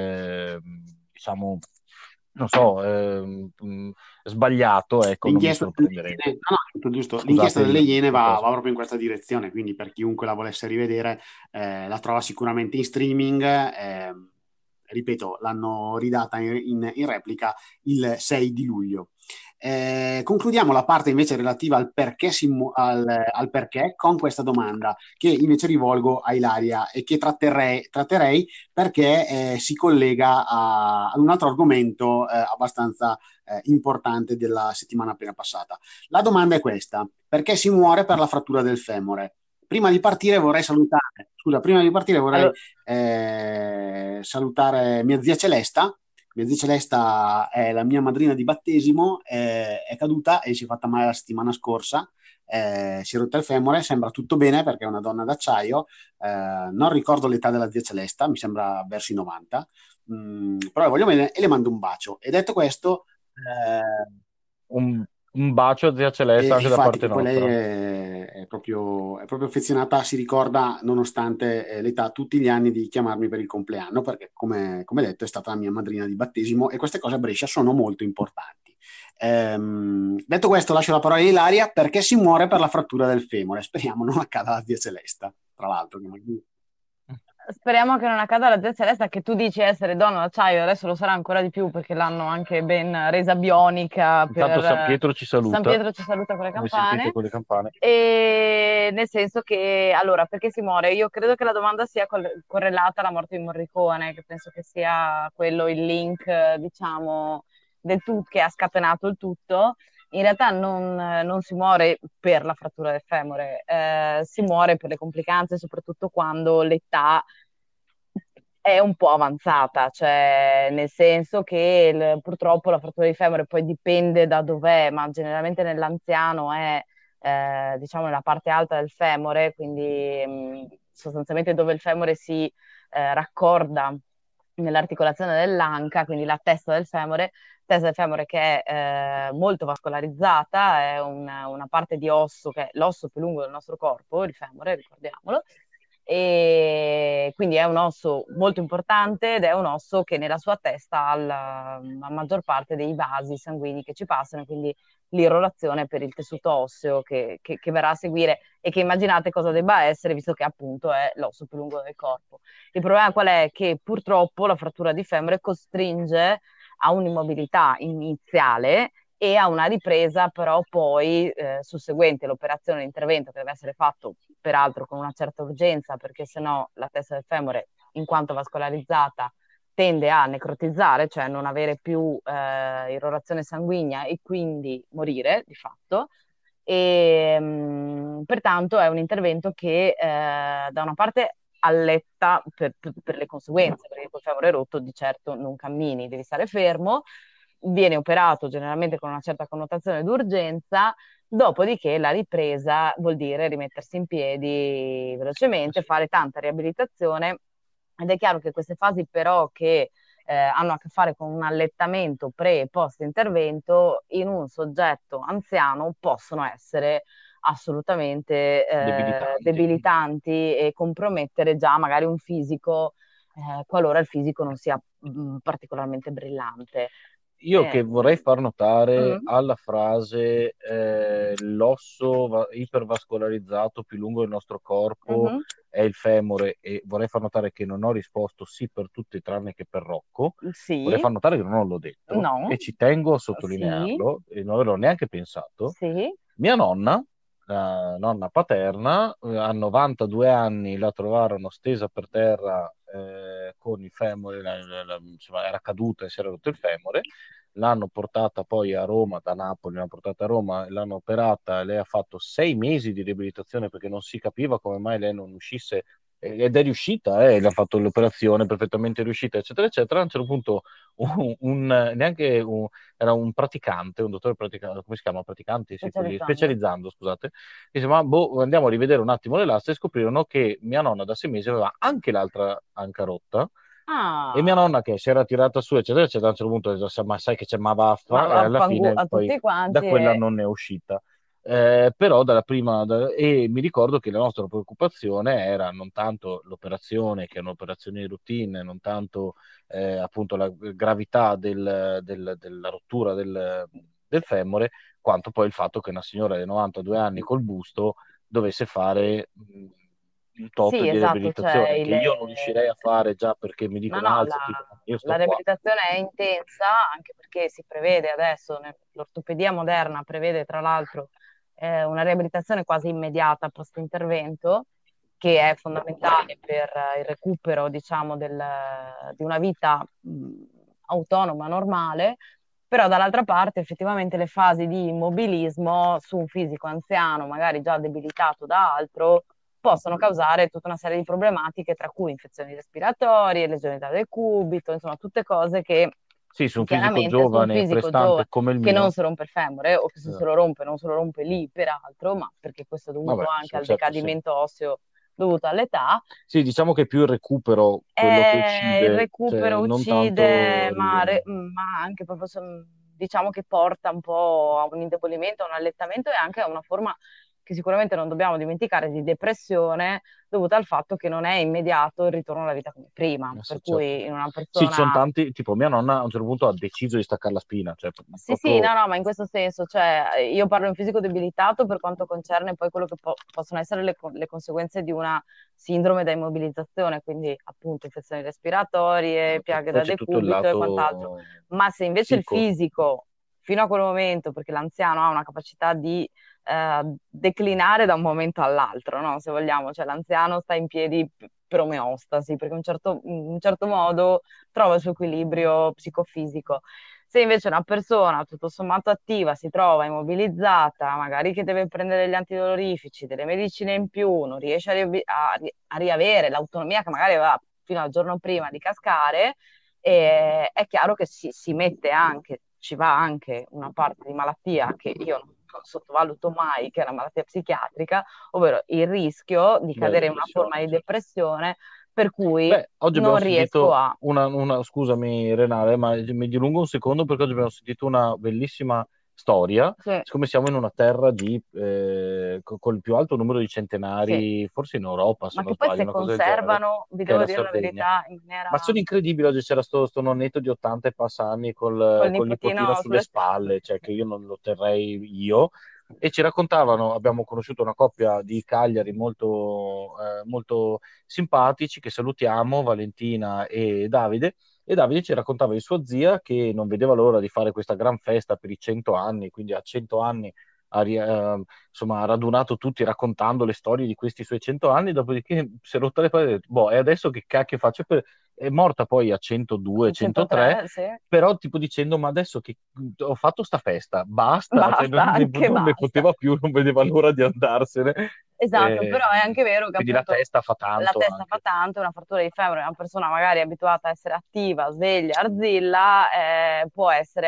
eh, diciamo, non so, eh, mh, sbagliato, ecco, non mi L'inchiesta delle sorprenderei. Iene, no, no, tutto giusto. L'inchiesta Scusate delle il- Iene la va, va cosa. proprio in questa direzione, quindi per chiunque la volesse rivedere eh, la trova sicuramente in streaming. eh, ripeto, l'hanno ridata in, in- in replica il sei di luglio. Eh, concludiamo la parte invece relativa al perché, si mu- al, al perché con questa domanda che invece rivolgo a Ilaria e che tratterrei, tratterei perché eh, si collega a- ad un altro argomento eh, abbastanza eh, importante della settimana appena passata. La domanda è questa: perché si muore per la frattura del femore? Prima di partire vorrei salutare, scusa, prima di partire vorrei Allora, eh, salutare mia zia Celesta. Mia zia Celesta è la mia madrina di battesimo, eh, è caduta e si è fatta male la settimana scorsa. Eh, si è rotta il femore, sembra tutto bene perché è una donna d'acciaio. Eh, non ricordo l'età della zia Celesta, mi sembra verso i novanta. Mm, però le voglio bene e le mando un bacio. E detto questo, eh, Un, Un bacio a zia E Celeste anche da infatti parte che poi lei nostra. è, è proprio, è proprio affezionata, si ricorda, nonostante eh, l'età, tutti gli anni di chiamarmi per il compleanno, perché come, come detto è stata la mia madrina di battesimo e queste cose a Brescia sono molto importanti. Ehm, detto questo, lascio la parola a Ilaria perché si muore per la frattura del femore. Speriamo non accada a zia Celesta, tra l'altro. Che magari- Speriamo che non accada alla zia Celeste, che tu dici essere donna d'acciaio, adesso lo sarà ancora di più perché l'hanno anche ben resa bionica Intanto per San eh, Pietro ci San saluta, Pietro ci saluta con le come sentite campane. con le campane. E nel senso che, allora, perché si muore? Io credo che la domanda sia col- correlata alla morte di Morricone, che penso che sia quello il link, eh, diciamo, del tutto che ha scatenato il tutto. In realtà non, non si muore per la frattura del femore, eh, si muore per le complicanze, soprattutto quando l'età è un po' avanzata, cioè nel senso che il- purtroppo la frattura di femore poi dipende da dov'è, ma generalmente nell'anziano è eh, diciamo nella parte alta del femore, quindi mh, sostanzialmente dove il femore si eh, raccorda nell'articolazione dell'anca, quindi la testa del femore, testa del femore che è eh, molto vascolarizzata, è una, una parte di osso che è l'osso più lungo del nostro corpo, il femore, ricordiamolo, e quindi è un osso molto importante ed è un osso che nella sua testa ha la, la maggior parte dei vasi sanguigni che ci passano, quindi l'irrorazione per il tessuto osseo che, che, che verrà a seguire e che immaginate cosa debba essere, visto che appunto è l'osso più lungo del corpo. Il problema qual è? Che purtroppo la frattura di femore costringe a un'immobilità iniziale e a una ripresa però poi eh, susseguente l'operazione, l'intervento che deve essere fatto peraltro con una certa urgenza perché sennò la testa del femore in quanto vascolarizzata tende a necrotizzare, cioè non avere più eh, irrorazione sanguigna e quindi morire di fatto. E mh, pertanto è un intervento che eh, da una parte alletta per, per, per le conseguenze, perché col femore rotto di certo non cammini, devi stare fermo, viene operato generalmente con una certa connotazione d'urgenza, dopodiché la ripresa vuol dire rimettersi in piedi velocemente, fare tanta riabilitazione ed è chiaro che queste fasi però che eh, hanno a che fare con un allettamento pre e post intervento in un soggetto anziano possono essere assolutamente eh, Debilitanti. debilitanti e compromettere già magari un fisico eh, qualora il fisico non sia mh, particolarmente brillante. Io Eh, che vorrei far notare mm, alla frase eh, l'osso va- ipervascolarizzato più lungo del nostro corpo mhm, è il femore e vorrei far notare che non ho risposto sì per tutti tranne che per Rocco. Vorrei sì, far notare che non l'ho detto no, e ci tengo a sì, sottolinearlo e non l'avevo neanche pensato. sì, Mia nonna, la nonna paterna, eh, a novantadue anni la trovarono stesa per terra eh, con il femore, la- la- la- insomma, era caduta e si era rotto il femore. L'hanno portata poi a Roma, da Napoli, l'hanno portata a Roma, e l'hanno operata e lei ha fatto sei mesi di riabilitazione perché non si capiva come mai lei non uscisse eh, ed è riuscita, eh, le ha fatto l'operazione perfettamente riuscita, eccetera, eccetera. A un certo punto un, un- neanche un, era un praticante, un dottore praticante, come si chiama? Praticanti, sì, quelli, specializzando. specializzando, scusate, dice, ma boh, andiamo a rivedere un attimo le lastre e scoprirono che mia nonna da sei mesi aveva anche l'altra anca rotta e mia Ah, nonna che si era tirata su, eccetera, eccetera, a un certo punto ha detto, ma sai che c'è, ma ma vaffa, e alla vaffanculo fine a poi tutti da quanti quella e... non ne è uscita. Eh, però dalla prima, da- e mi ricordo che la nostra preoccupazione era non tanto l'operazione, che è un'operazione di routine, non tanto eh, appunto la gravità del- del- della rottura del, del femore, quanto poi il fatto che una signora di novantadue anni col busto dovesse fare mh, un tot Sì, di esatto, cioè riabilitazione il... che io non riuscirei a fare già perché mi No, dicono no, la, alzati, io la sto qua. riabilitazione è intensa anche perché si prevede adesso, ne- l'ortopedia moderna prevede tra l'altro eh, una riabilitazione quasi immediata post-intervento che è fondamentale per eh, il recupero, diciamo, del- di una vita mh, autonoma, normale, però dall'altra parte effettivamente le fasi di immobilismo su un fisico anziano, magari già debilitato da altro, possono causare tutta una serie di problematiche, tra cui infezioni respiratorie, lesioni da decubito, insomma, tutte cose che Sì, su un fisico chiaramente su un giovane e fisico prestante giovane come il che non mio, si rompe il femore o che se se eh, lo rompe non se lo rompe lì peraltro, ma perché questo è dovuto vabbè, anche sì, al certo, sì. decadimento osseo dovuto all'età. Sì, diciamo che è più il recupero quello che Eh, il uccide, cioè recupero non uccide, tanto ma, il... re- ma anche proprio so- diciamo che porta un po' a un indebolimento, a un allettamento e anche a una forma che sicuramente non dobbiamo dimenticare di depressione dovuta al fatto che non è immediato il ritorno alla vita come prima, Eh, sì, per certo. cui in una Sì, ci sono persona. tanti, tipo mia nonna a un certo punto ha deciso di staccare la spina, cioè Sì, sì, proprio no, no, ma in questo senso, cioè io parlo in fisico debilitato per quanto concerne poi quello che po- possono essere le, co- le conseguenze di una sindrome da immobilizzazione, quindi appunto infezioni respiratorie, e piaghe poi da c'è tutto il decubito e quant'altro. lato Ma se invece il psico. fisico, fino a quel momento, perché l'anziano ha una capacità di eh, declinare da un momento all'altro, no? Se vogliamo, cioè l'anziano sta in piedi p- per omeostasi, perché in un certo, in un certo modo trova il suo equilibrio psicofisico. Se invece una persona tutto sommato attiva si trova immobilizzata, magari che deve prendere degli antidolorifici, delle medicine in più, non riesce a, ri- a ri- a riavere l'autonomia che magari aveva fino al giorno prima di cascare, e è chiaro che si, si mette anche, ci va anche una parte di malattia che io non non sottovaluto mai, che è una malattia psichiatrica, ovvero il rischio di Beh, cadere in una depressione, forma di certo. depressione per cui Beh, oggi non abbiamo riesco sentito a. una, una- scusami Renale, ma mi dilungo un secondo perché oggi abbiamo sentito una bellissima storia. Sì, Siccome siamo in una terra di, eh, co- col più alto numero di sì. centenari, forse in Europa, se Ma non che poi sbaglio, se una cosa del genere, conservano, vi che è devo la dire la Sardegna. verità, in Ma maniera sono incredibili, oggi c'era sto, sto nonnetto di ottanta e passa anni col, col col nipotino nipotino sulle sulle spalle. spalle, cioè che io non lo terrei io. E ci raccontavano, abbiamo conosciuto una coppia di Cagliari molto, eh, molto simpatici che salutiamo, Valentina e Davide. E Davide ci raccontava di sua zia che non vedeva l'ora di fare questa gran festa per i cento anni, quindi a cento anni ha, ri- eh, insomma, ha radunato tutti raccontando le storie di questi suoi cento anni, dopodiché si è rotta le palle e ha detto, boh, e adesso che cacchio faccio? Per... È morta poi a centodue, centotré, centotré, sì. però tipo dicendo, ma adesso che ho fatto sta festa, basta, cioè non Basta, ne, anche non ne basta. poteva più, non vedeva l'ora di andarsene. Esatto, Eh, però è anche vero che quindi la appunto testa fa la tanto testa fa anche. tanto, è una frattura di femore, una persona magari abituata a essere attiva, sveglia, arzilla, eh, può essere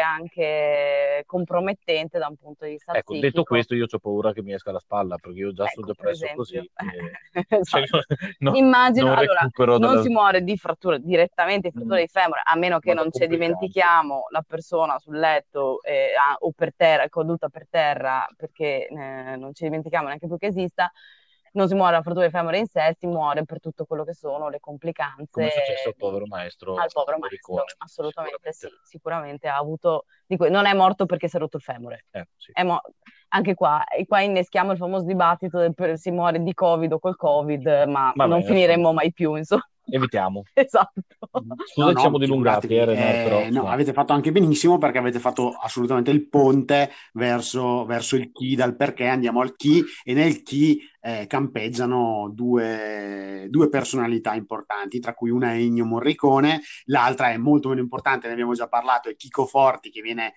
anche compromettente da un punto di vista Ecco, detto psichico. questo, io ho paura che mi esca la spalla, perché io già sono Ecco, per depresso esempio. così, e- cioè, Esatto. no- Immagino, non allora, recupero non dalla... si muore di frattura, direttamente di frattura Mm, di femore, a meno che ma da non ci complicanze. dimentichiamo la persona sul letto eh, ah, o per terra, caduta per terra, perché eh, non ci dimentichiamo neanche più che esista. Non si muore la frattura di femore in sé, si muore per tutto quello che sono le Come complicanze è successo al di- povero maestro al povero maestro. Morricone, Assolutamente sì, sicuramente. sicuramente ha avuto, di que- non è morto perché si è rotto il femore. Eh, sì. È mo- Anche qua, e qua inneschiamo il famoso dibattito del per- si muore di Covid o col Covid, ma non Vabbè, adesso finiremmo mai più, insomma. evitiamo. Esatto. No, Scusa, ci siamo no, dilungati, eh, figuratevi. Renale, però Eh, no, insomma, avete fatto anche benissimo perché avete fatto assolutamente il ponte verso, verso il chi, dal perché andiamo al chi, e nel chi eh, campeggiano due, due personalità importanti, tra cui una è Ennio Morricone, l'altra è molto meno importante, ne abbiamo già parlato, è Chico Forti, che viene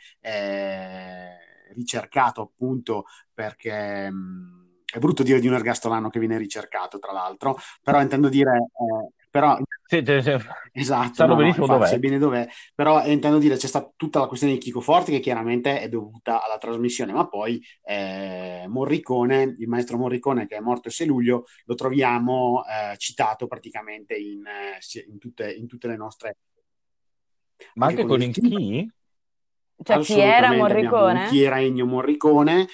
eh, ricercato appunto perché... mh, è brutto dire di un ergastolano che viene ricercato, tra l'altro, però intendo dire, eh, però sì, sì, sì. esatto, Sanno no, no, benissimo infatti sai dov'è. bene dov'è, però eh, intendo dire c'è stata tutta la questione di Chico Forti che chiaramente è dovuta alla trasmissione, ma poi eh, Morricone, il maestro Morricone che è morto il sei luglio, lo troviamo eh, citato praticamente in, eh, sì, in tutte, in tutte le nostre, Ma anche anche con con il il chi. chi? Cioè, chi era Assolutamente, abbiamo un Morricone? chi era Ennio Morricone,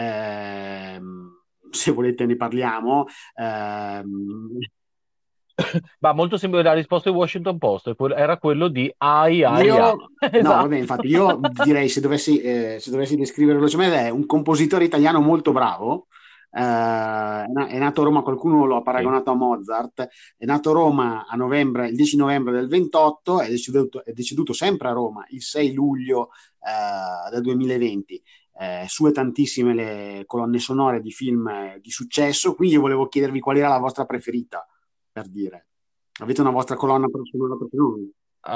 ehm, se volete ne parliamo. ehm, Ma molto simile alla risposta di Washington Post, era quello di ai ai ai. Io, no, vabbè, Esatto. infatti, io direi se dovessi, eh, se dovessi descrivere velocemente, è un compositore italiano molto bravo. Eh, è na- è nato a Roma, qualcuno lo ha Sì. paragonato a Mozart. È nato a Roma a novembre, il dieci novembre del ventotto, è deceduto, è deceduto sempre a Roma il sei luglio eh, del duemilaventi. Eh, sue tantissime le colonne sonore di film eh, di successo. Quindi io volevo chiedervi qual era la vostra preferita, per dire. Avete una vostra colonna sonora preferita?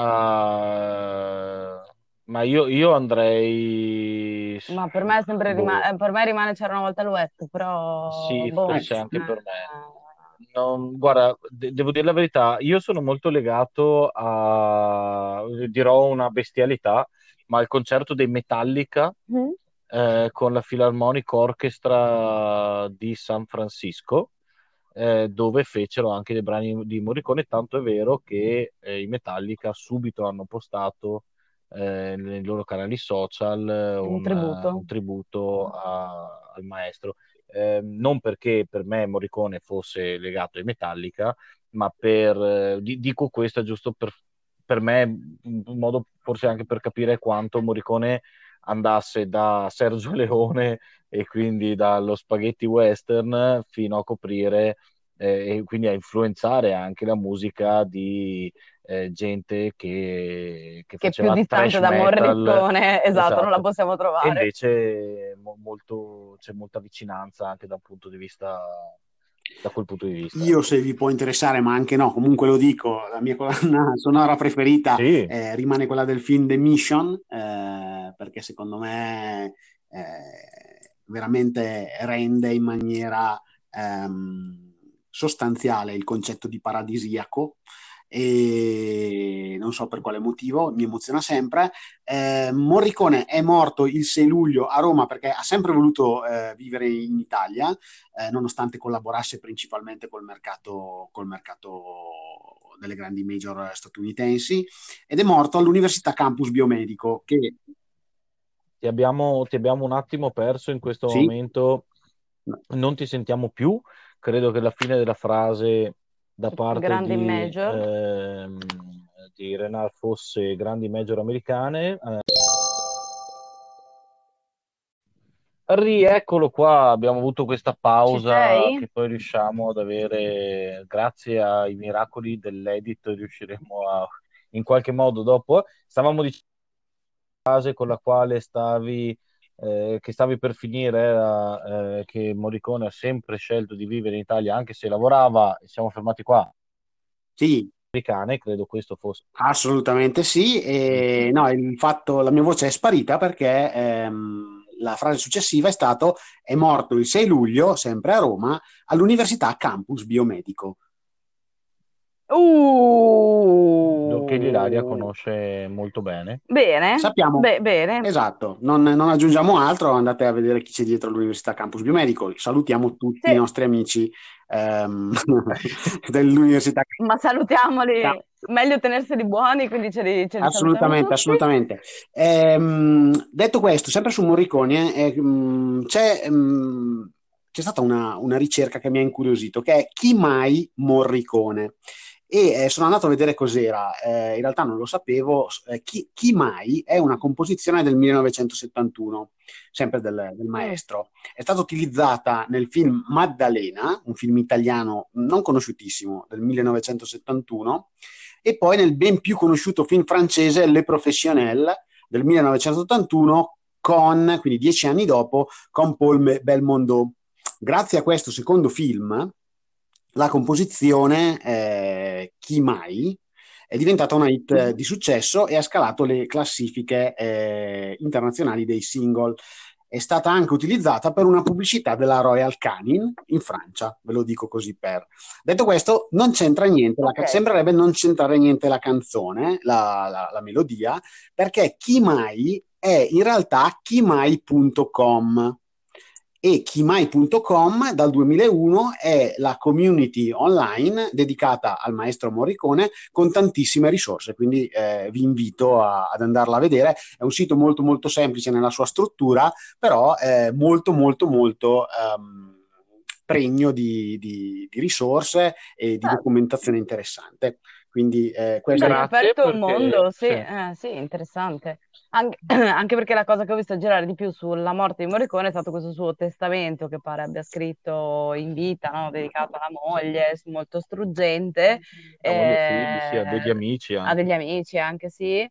Ah, ma io, io andrei... Ma per me è sempre rima- Boh, eh, per me rimane c'era una volta l'Ouest, però sì, boh. forse Ecco. anche per me. Eh, Non- guarda, de- devo dire la verità, io sono molto legato a, dirò una bestialità, ma al concerto dei Metallica mm? eh, con la Philharmonic Orchestra di San Francisco, eh, dove fecero anche dei brani di Morricone, tanto è vero che eh, i Metallica subito hanno postato eh, nei loro canali social eh, Un un, eh, tributo. un tributo a- al maestro. Eh, non perché per me Morricone fosse legato ai Metallica, ma per, eh, di- dico questo giusto per, per me, un modo forse anche per capire quanto Morricone andasse da Sergio Leone e quindi dallo spaghetti western fino a coprire eh, e quindi a influenzare anche la musica di eh, gente che, che Che è più faceva distante thrash da metal, Morricone, esatto, non la esatto. possiamo E trovare. invece mo- molto- c'è molta vicinanza anche da un punto di vista, da quel punto di vista, Io, ecco. se vi può interessare, ma anche no, comunque lo dico, la mia colonna sonora preferita Sì, eh, rimane quella del film The Mission, eh, perché secondo me eh, veramente rende in maniera ehm, sostanziale il concetto di paradisiaco e non so per quale motivo, mi emoziona sempre. Eh, Morricone è morto il sei luglio a Roma perché ha sempre voluto eh, vivere in Italia, eh, nonostante collaborasse principalmente col mercato, col mercato delle grandi major statunitensi, ed è morto all'Università Campus Biomedico, che ti abbiamo, ti abbiamo un attimo perso in questo sì, momento, non ti sentiamo più. Credo che la fine della frase da parte Grandi di, major. ehm, di Renard fosse grandi major americane. Eh, Rieccolo qua, abbiamo avuto questa Ci pausa sei? che poi riusciamo ad avere, grazie ai miracoli dell'edit, riusciremo a, in qualche modo dopo. Stavamo dicendo la frase con la quale stavi, eh, che stavi per finire era eh, che Morricone ha sempre scelto di vivere in Italia anche se lavorava, e siamo fermati qua, sì, americane, credo questo fosse. assolutamente sì. E no, il fatto, la mia voce è sparita perché ehm, la frase successiva è stato: è morto il sei luglio, sempre a Roma, all'Università Campus Biomedico. Che l'Ilaria Uh, conosce molto bene. bene, Sappiamo, beh, bene. esatto, non, non aggiungiamo altro, andate a vedere chi c'è dietro all'Università Campus Biomedico. Salutiamo tutti Sì, i nostri amici ehm, dell'Università ma salutiamoli. Campus. Meglio tenerseli buoni, quindi ce li, ce li salutiamo Assolutamente, tutti. assolutamente. Ehm, detto questo, sempre su Morricone, eh, ehm, c'è, ehm, c'è stata una, una ricerca che mi ha incuriosito, che è Chi mai Morricone? E eh, sono andato a vedere cos'era. Eh, in realtà non lo sapevo. Eh, chi, Chi mai è una composizione del millenovecentosettantuno, sempre del, del Mm, maestro. È stata utilizzata nel film Maddalena, un film italiano non conosciutissimo del millenovecentosettantuno, e poi nel ben più conosciuto film francese Le Professionnel del millenovecentottantuno, con, quindi dieci anni dopo, con Paul Belmondo. Grazie a questo secondo film, la composizione eh, Chi mai è diventata una hit eh, di successo e ha scalato le classifiche eh, internazionali dei single. È stata anche utilizzata per una pubblicità della Royal Canin in Francia, ve lo dico così per. Detto questo, non c'entra niente, la, ok. sembrerebbe non c'entrare niente la canzone, la, la, la melodia, perché Chi mai è in realtà chimai punto com, e chimai punto com dal duemilauno è la community online dedicata al maestro Morricone con tantissime risorse, quindi eh, vi invito a, ad andarla a vedere. È un sito molto molto semplice nella sua struttura, però è molto molto molto um, pregno di, di, di risorse e di Ah, documentazione interessante. Quindi eh, beh, questo mi ha Grazie aperto un perché mondo, sì, sì. eh, sì, interessante. Anche, anche perché la cosa che ho visto girare di più sulla morte di Morricone è stato questo suo testamento che pare abbia scritto in vita, no? Dedicato alla moglie, molto struggente, La moglie e figli, sì, ha eh, degli amici ha anche. degli amici anche, sì,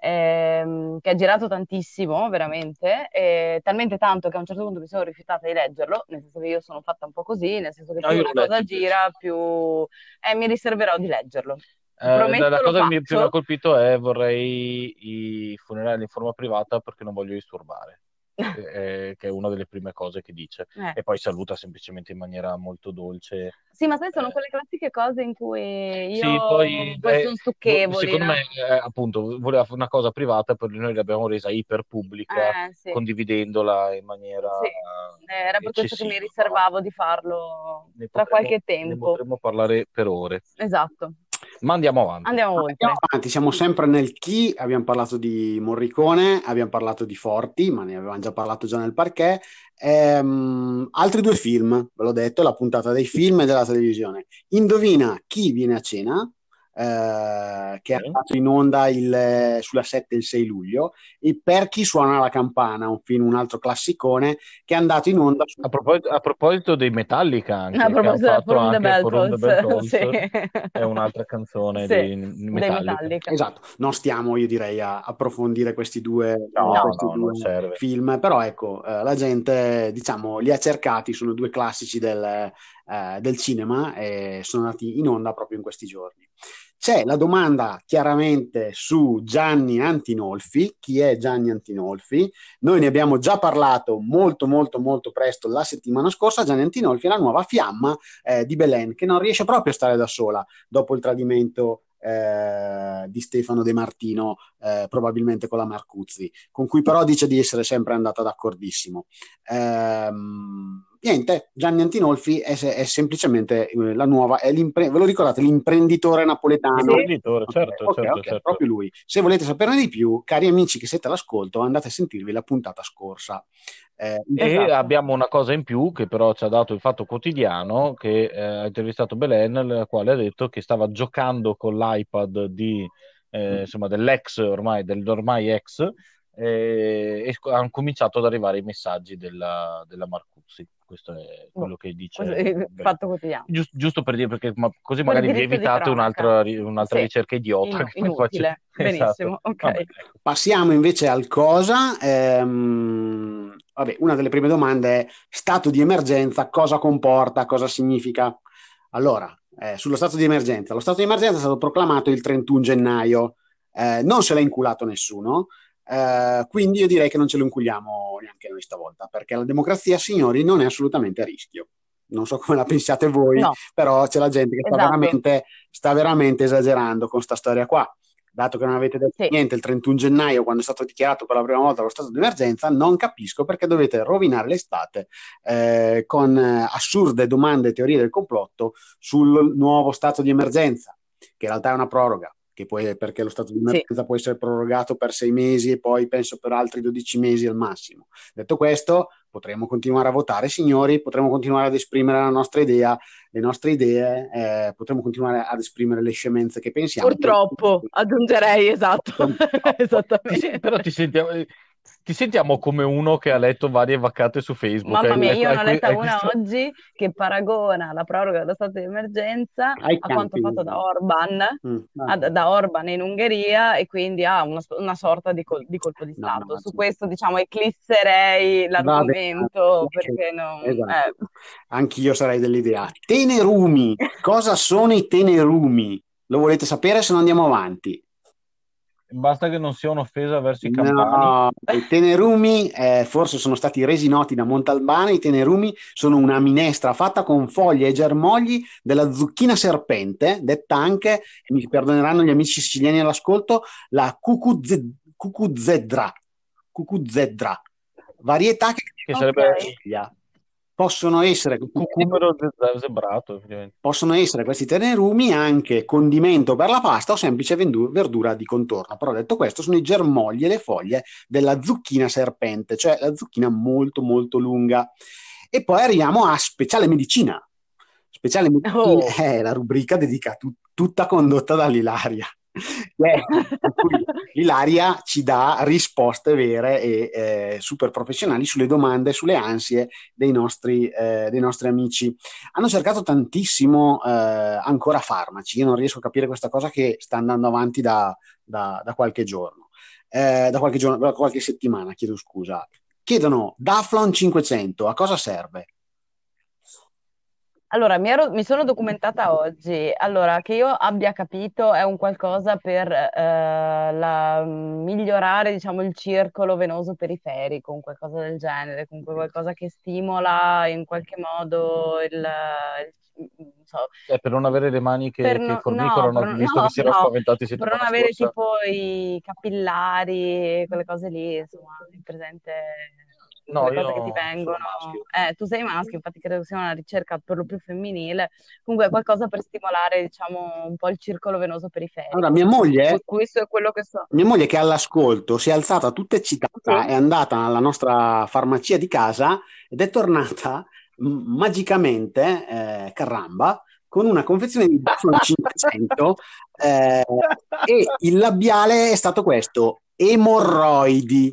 ehm, che ha girato tantissimo, veramente, e talmente tanto che a un certo punto mi sono rifiutata di leggerlo, nel senso che io sono fatta un po' così, nel senso che No, più io una l'ho letto cosa invece. gira, più eh, mi riserverò di leggerlo. Eh, la la Prometto, lo cosa che mi, più mi ha faccio. colpito è vorrei i funerali in forma privata perché non voglio disturbare, eh, eh, che è una delle prime cose che dice. Eh. E poi saluta semplicemente in maniera molto dolce. Sì, ma sai, sono Eh, quelle classiche cose in cui sì, io poi poi eh, sono vo- stucchevoli, secondo no? me, eh, appunto, voleva fare una cosa privata, per noi l'abbiamo resa iper pubblica, Eh, sì, condividendola in maniera sì. Eh, Era per questo che mi eccessiva, però riservavo di farlo ne tra potremmo, qualche ne tempo. potremmo parlare per ore. Esatto. Ma andiamo avanti. Andiamo Andiamo oltre. avanti, siamo sempre nel chi, abbiamo parlato di Morricone, abbiamo parlato di Forti, ma ne avevamo già parlato già nel parquet. Ehm, altri due film, ve l'ho detto, la puntata dei film e della televisione. Indovina chi viene a cena, eh, che è Sì. andato in onda il- sulla sette e il sei luglio, e Per chi suona la campana, un film, un altro classicone, che è andato in onda su... A proposito, a proposito dei Metallica A anche, che hanno proposito del fatto From the anche Bell For Whom the Bell Tolls, Tolls, sì. è un'altra canzone Sì, dei dei Metallica. Metallica. Esatto, non stiamo, io direi, a approfondire questi due, eh, No, No, questi no, non due serve. film, però ecco, eh, la gente, diciamo, li ha cercati, sono due classici del, eh, del cinema e sono andati in onda proprio in questi giorni. C'è la domanda chiaramente su Gianni Antinolfi, chi è Gianni Antinolfi? Noi ne abbiamo già parlato molto molto molto presto la settimana scorsa. Gianni Antinolfi è la nuova fiamma eh, di Belen, che non riesce proprio a stare da sola dopo il tradimento eh, di Stefano De Martino, eh, probabilmente con la Marcuzzi, con cui però dice di essere sempre andata d'accordissimo. Ehm, niente, Gianni Antinolfi è, è semplicemente eh, la nuova, è ve lo ricordate, l'imprenditore napoletano? sì, L'imprenditore, Ok, certo, ok, certo, ok, certo. proprio lui. Se volete saperne di più, cari amici che siete all'ascolto, andate a sentirvi la puntata scorsa. Eh, E esatto. abbiamo una cosa in più che però ci ha dato il Fatto Quotidiano, che eh, ha intervistato Belen, la quale ha detto che stava giocando con l'iPad di, eh, insomma, dell'ex ormai, dell'ormai ex, eh, e sc- hanno cominciato ad arrivare i messaggi della, della Marcuzzi. Questo è Boh, quello che questo è dice il Belen. Fatto Quotidiano. Gius- giusto per dire, perché ma- così Per magari vi diritto di evitate cronaca. un'altra, ri- un'altra Sì, ricerca idiota inu- che poi faccio. inutile. Esatto. Benissimo, ok. Vabbè, ecco. Passiamo invece al cosa. Ehm, vabbè, una delle prime domande è stato di emergenza, cosa comporta, cosa significa? Allora, eh, sullo stato di emergenza. Lo stato di emergenza è stato proclamato il trentuno gennaio, eh, non se l'ha inculato nessuno, eh, quindi io direi che non ce lo inculiamo neanche noi stavolta, perché la democrazia, signori, non è assolutamente a rischio. Non so come la pensiate voi, No, però c'è la gente che sta esatto. veramente, sta veramente esagerando con sta storia qua. Dato che non avete detto Sì. niente il trentuno gennaio, quando è stato dichiarato per la prima volta lo stato di emergenza, non capisco perché dovete rovinare l'estate eh, con eh, assurde domande e teorie del complotto sul nuovo stato di emergenza, che in realtà è una proroga, che poi, perché lo stato di Sì. emergenza può essere prorogato per sei mesi e poi penso per altri dodici mesi al massimo. Detto questo, potremo continuare a votare, signori, potremo continuare ad esprimere la nostra idea, le nostre idee, eh, potremo continuare ad esprimere le scemenze che pensiamo. Purtroppo, aggiungerei, esatto. Ti- Esattamente. però ti sentiamo, ti sentiamo come uno che ha letto varie vaccate su Facebook. Mamma Hai, mia, hai- io ne hai ho que- letta hai una questo... oggi che paragona la proroga dello stato di emergenza Ai a quanto campi. fatto da Orban, Mm, a- vabbè. da Orban in Ungheria e quindi ha una, una sorta di, col- di colpo di No, no, stato. Su sì. questo, diciamo, eclisserei Va bene, l'argomento ok, perché non... esatto. eh. Anch'io sarei dell'idea. Tenerumi, cosa sono i tenerumi? Lo volete sapere se no andiamo avanti? Basta che non sia un'offesa verso i campani. No, i tenerumi eh, forse sono stati resi noti da Montalbano. I tenerumi sono una minestra fatta con foglie e germogli della zucchina serpente, detta anche, mi perdoneranno gli amici siciliani all'ascolto, la cucuze- cucuzedra, cucuzedra, varietà che Che Ok. sarebbe possono essere questi cucumero ze- zebrato, effettivamente. possono essere questi tenerumi anche condimento per la pasta o semplice vendu- verdura di contorno. Però detto questo, sono i germogli e le foglie della zucchina serpente, cioè la zucchina molto molto lunga. E poi arriviamo a speciale medicina. Speciale medicina Oh. è la rubrica dedicata tut- tutta condotta dall'Ilaria. Beh, in cui Ilaria ci dà risposte vere e eh, super professionali sulle domande, sulle ansie dei nostri, eh, dei nostri amici. Hanno cercato tantissimo eh, ancora farmaci. Io non riesco a capire questa cosa che sta andando avanti da, da, da qualche giorno, eh, da qualche giorno, da qualche settimana, chiedo scusa. Chiedono Daflon cinquecento, a cosa serve? Allora, mi, ero- mi sono documentata oggi. Allora, che io abbia capito è un qualcosa per eh, la- migliorare, diciamo, il circolo venoso periferico, un qualcosa del genere, comunque qualcosa che stimola in qualche modo il, il- non so, Eh, per non avere le mani per che, che no, no, formicolano, per- visto che no, si erano no, spaventati per non settimana avere scorsa. tipo i capillari, quelle cose lì, insomma, hai presente No, quelle cose che ti io vengono. sono maschio. Eh, tu sei maschio, infatti credo che sia una ricerca per lo più femminile. Comunque è qualcosa per stimolare, diciamo, un po' il circolo venoso Allora, periferico. mia Que- moglie, Questo è quello che so. mia moglie che è all'ascolto si è alzata tutta eccitata, è Sì? andata alla nostra farmacia di casa ed è tornata m- magicamente, eh, caramba, con una confezione di Daflon cinquecento, eh, e il labiale è stato questo, emorroidi.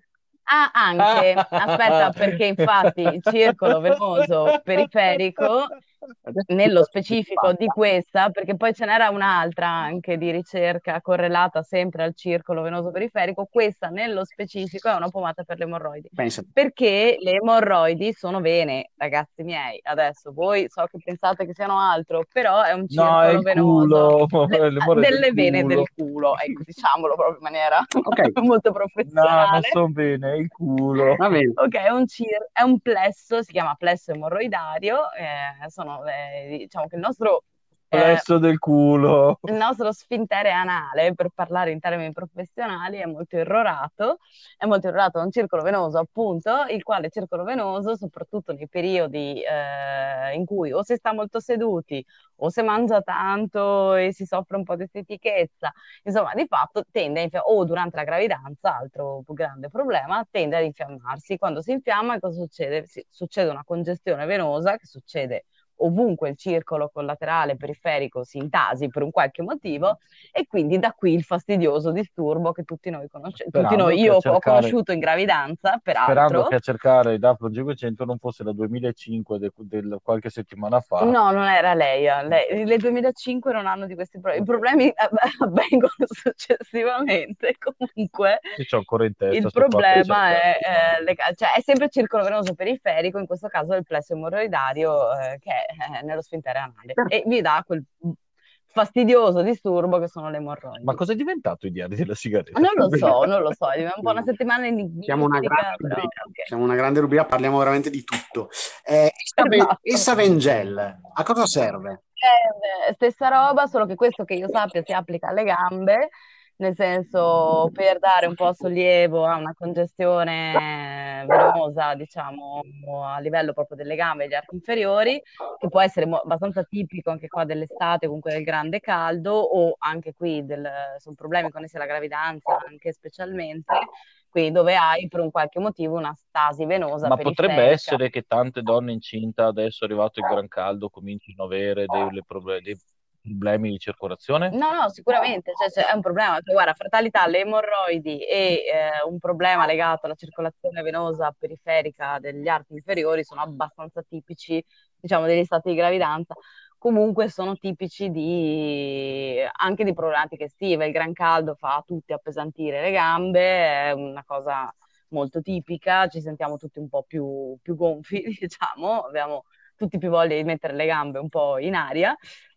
Ah, anche, aspetta, perché infatti il circolo venoso periferico, Adesso ti nello faccio specifico di fatta. questa, perché poi ce n'era un'altra anche di ricerca correlata sempre al circolo venoso periferico, questa nello specifico è una pomata per le emorroidi. Pensa. Perché le emorroidi sono vene, ragazzi miei. Adesso voi so che pensate che siano altro, però è un No, è circolo il venoso culo, de- l'umore del delle vene del culo. culo, ecco, diciamolo proprio in maniera Ok, molto No, non professionale. so bene, è il culo. va bene. Ok, è un, cir- è un plesso, si chiama plesso emorroidario. Eh, sono, eh, diciamo che il nostro, eh, Plesso del culo. il nostro sfintere anale, per parlare in termini professionali, è molto irrorato. È molto irrorato, è un circolo venoso, appunto, il quale circolo venoso, soprattutto nei periodi eh, in cui o si sta molto seduti o si mangia tanto e si soffre un po' di stitichezza, insomma, di fatto tende a infiammarsi, o durante la gravidanza, altro più grande problema, tende ad infiammarsi. Quando si infiamma, cosa succede? Si- succede una congestione venosa che succede ovunque il circolo collaterale periferico si intasi per un qualche motivo e quindi da qui il fastidioso disturbo che tutti noi conosciamo, tutti Sperando noi, che a io ho cercare, conosciuto in gravidanza, sperando che peraltro. a cercare il Dafro cinquecento non fosse la duemilacinque de- del qualche settimana fa. No, non era lei, eh. Lei- le duemilacinque non hanno di questi problemi. I Ok. problemi eh, avvengono successivamente. Comunque, Io c'ho ancora in testa il sto fatto di problema è, cercarlo, ma eh, lega- cioè, è sempre il circolo venoso periferico, in questo caso il plesso emorroidario, eh, che è eh, nello sfintere anale e vi dà quel fastidioso disturbo che sono le Ma emorroidi. cosa è diventato i diari della sigaretta? Non lo so, non lo so, è un po' una No. settimana Siamo una grande enigmistica, però rubrica, ok. siamo una grande rubrica, parliamo veramente di tutto. Eh, Essa Ve- Esatto. Essa Vengel, a cosa serve? Eh, beh, stessa roba, solo che questo che io sappia si applica alle gambe, nel senso per dare un po' sollievo a una congestione venosa, diciamo, a livello proprio delle gambe e degli arti inferiori, che può essere mo- abbastanza tipico anche qua dell'estate, comunque del grande caldo, o anche qui del- sono problemi connessi alla gravidanza, anche specialmente, qui dove hai per un qualche motivo una stasi venosa Ma potrebbe periferica. essere che tante donne incinta, adesso è arrivato il gran caldo, comincino ad avere delle proble- dei problemi di circolazione? No, no, sicuramente, cioè, cioè, è un problema. Cioè, guarda, fratalità, le emorroidi e eh, un problema legato alla circolazione venosa periferica degli arti inferiori sono abbastanza tipici, diciamo, degli stati di gravidanza. Comunque sono tipici di, anche di problematiche estive. Il gran caldo fa a tutti appesantire le gambe, è una cosa molto tipica, ci sentiamo tutti un po' più, più gonfi, diciamo, abbiamo tutti più voglia di mettere le gambe un po' in aria.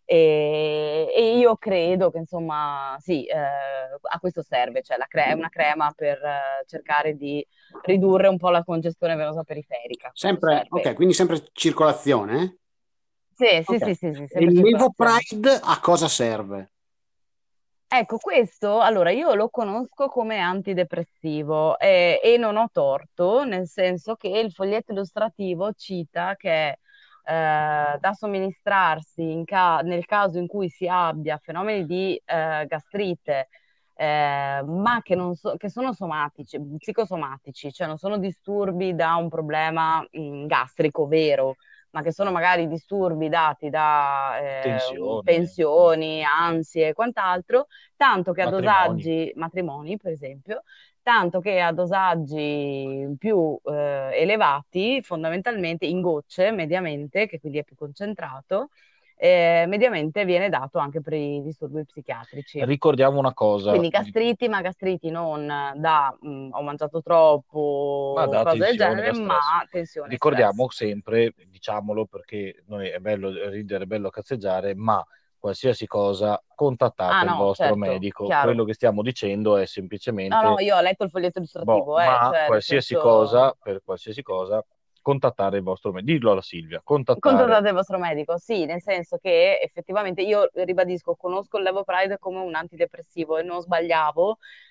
E, e io credo che insomma sì, eh, a questo serve, cioè la cre- è una crema per eh, cercare di ridurre un po' la congestione venosa periferica, questo Sempre, serve. ok, quindi sempre circolazione? Eh? Sì, sì, Ok. sì, sì, sì, E sempre il circolazione. Levopride a cosa serve? Ecco, questo allora io lo conosco come antidepressivo eh, e non ho torto, nel senso che il foglietto illustrativo cita che è eh, da somministrarsi in ca- nel caso in cui si abbia fenomeni di eh, gastrite, eh, ma che, non so- che sono somatici, psicosomatici, cioè non sono disturbi da un problema mh, gastrico vero, ma che sono magari disturbi dati da eh, Tensione, pensioni, ansie e quant'altro, tanto che a matrimoni. dosaggi, matrimoni per esempio, tanto che a dosaggi più eh, elevati, fondamentalmente in gocce, mediamente, che quindi è più concentrato, eh, mediamente viene dato anche per i disturbi psichiatrici. Ricordiamo una cosa, Quindi gastriti, ma gastriti non da mh, ho mangiato troppo ma o da cose del tensione, genere, da stress. ma tensione e stress. Ricordiamo sempre, diciamolo perché noi è bello ridere, è bello cazzeggiare, ma qualsiasi cosa Ah contattate il no, vostro certo, medico. chiaro. Quello che stiamo dicendo è No, no, semplicemente, io ho letto il foglietto boh, illustrativo, eh, ma cioè nel qualsiasi senso cosa, per qualsiasi cosa, contattare il vostro medico. Dillo alla Silvia, contattare. contattate il vostro medico, sì, nel senso che effettivamente io ribadisco, conosco il Levopride come un antidepressivo e non sbagliavo,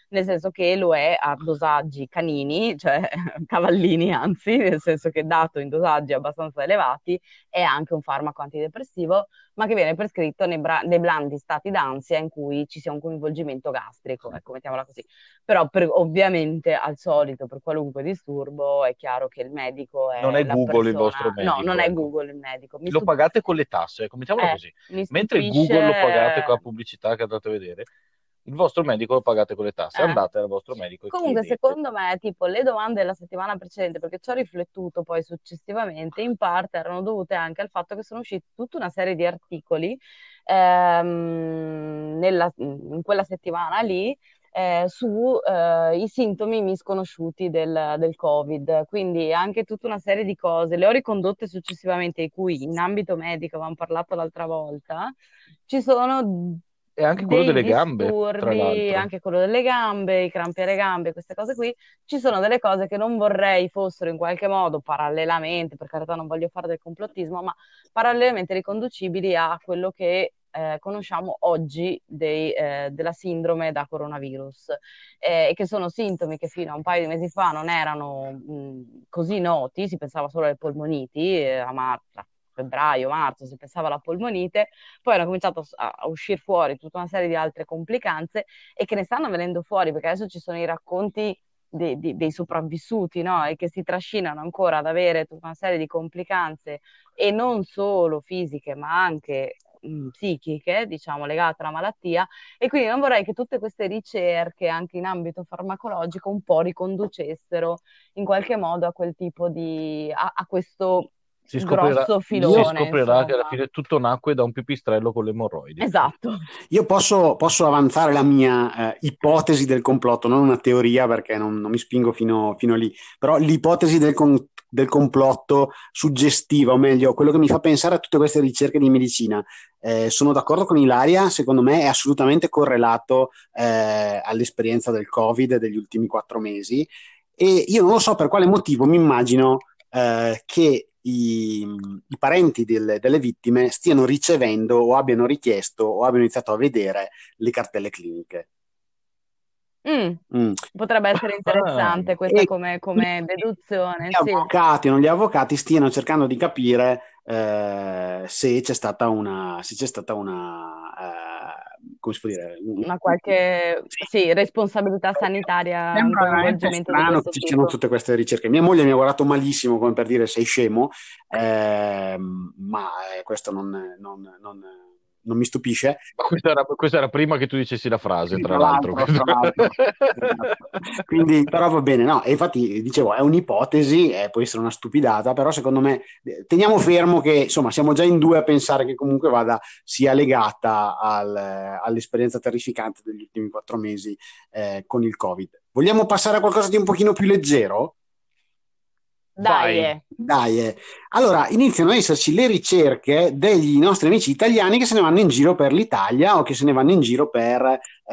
nel senso che lo è a dosaggi canini, cioè cavallini anzi, nel senso che dato in dosaggi abbastanza elevati è anche un farmaco antidepressivo, ma che viene prescritto nei, bra- nei blandi stati d'ansia in cui ci sia un coinvolgimento gastrico, ecco, mettiamola così. Però per- ovviamente al solito per qualunque disturbo è chiaro che il medico Non è è la Google il vostro persona, no, non medico, è ecco. Google il medico. Mi Lo stup- pagate con le tasse, ecco, mettiamola eh, così. mi Mentre stupisce. Google lo pagate con la pubblicità che andate a vedere, il vostro medico lo pagate con le tasse. Eh. Andate dal vostro medico e Comunque, chiedete. secondo me, tipo, le domande della settimana precedente, perché ci ho riflettuto poi successivamente, in parte erano dovute anche al fatto che sono usciti tutta una serie di articoli ehm, nella- in quella settimana lì eh, su eh, i sintomi misconosciuti del, del Covid. Quindi anche tutta una serie di cose. Le ho ricondotte successivamente, di cui in ambito medico avevamo parlato l'altra volta. Ci sono E anche quello dei delle gambe, tra disturbi, l'altro. anche quello delle gambe, i crampi alle gambe, queste cose qui. Ci sono delle cose che non vorrei fossero in qualche modo parallelamente, per carità non voglio fare del complottismo, ma parallelamente riconducibili a quello che eh, conosciamo oggi dei, eh, della sindrome da coronavirus, eh, e che sono sintomi che fino a un paio di mesi fa non erano mh, così noti, si pensava solo alle polmoniti, eh, a marzo, febbraio, marzo, si pensava alla polmonite, poi hanno cominciato a, a uscire fuori tutta una serie di altre complicanze e che ne stanno venendo fuori perché adesso ci sono i racconti de- de- dei sopravvissuti, no? E che si trascinano ancora ad avere tutta una serie di complicanze e non solo fisiche, ma anche mh, psichiche, diciamo, legate alla malattia. E quindi non vorrei che tutte queste ricerche, anche in ambito farmacologico, un po' riconducessero in qualche modo a quel tipo di, a, a questo Si scoprirà, grosso si filone, scoprirà che alla insomma. fine tutto nacque da un pipistrello con le emorroidi. Esatto. Io posso, posso avanzare la mia eh, ipotesi del complotto, non una teoria perché non, non mi spingo fino, fino lì, però l'ipotesi del, con- del complotto suggestiva, o meglio, quello che mi fa pensare a tutte queste ricerche di medicina. Eh, sono d'accordo con Ilaria, secondo me è assolutamente correlato eh, all'esperienza del Covid degli ultimi quattro mesi e io non lo so per quale motivo mi immagino eh, che i, i parenti del- delle vittime stiano ricevendo o abbiano richiesto o abbiano iniziato a vedere le cartelle cliniche. Mm, Mm. potrebbe essere Ah, interessante questa E come, quindi come deduzione, gli sì. avvocati o non gli avvocati stiano cercando di capire eh, se c'è stata una, se c'è stata una, eh, come si può dire, un- Una qualche, sì. sì, responsabilità sanitaria, un Sembra veramente coinvolgimento di strano che questo ci siano tipo. tutte queste ricerche. Mia moglie mi ha guardato malissimo come per dire sei scemo, ehm, ma eh, questo non, non- non- non mi stupisce. ma questa era, questa era prima che tu dicessi la frase, Sì, tra tra l'altro. l'altro, tra l'altro. Esatto. Quindi, però va bene, no, e infatti dicevo, è un'ipotesi, eh, può essere una stupidata, però secondo me eh, teniamo fermo che insomma siamo già in due a pensare che comunque vada sia legata al- all'esperienza terrificante degli ultimi quattro mesi eh, con il Covid. Vogliamo passare a qualcosa di un pochino più leggero? Dai, Vai. eh. Dai, eh. Allora iniziano ad esserci le ricerche degli nostri amici italiani che se ne vanno in giro per l'Italia o che se ne vanno in giro per,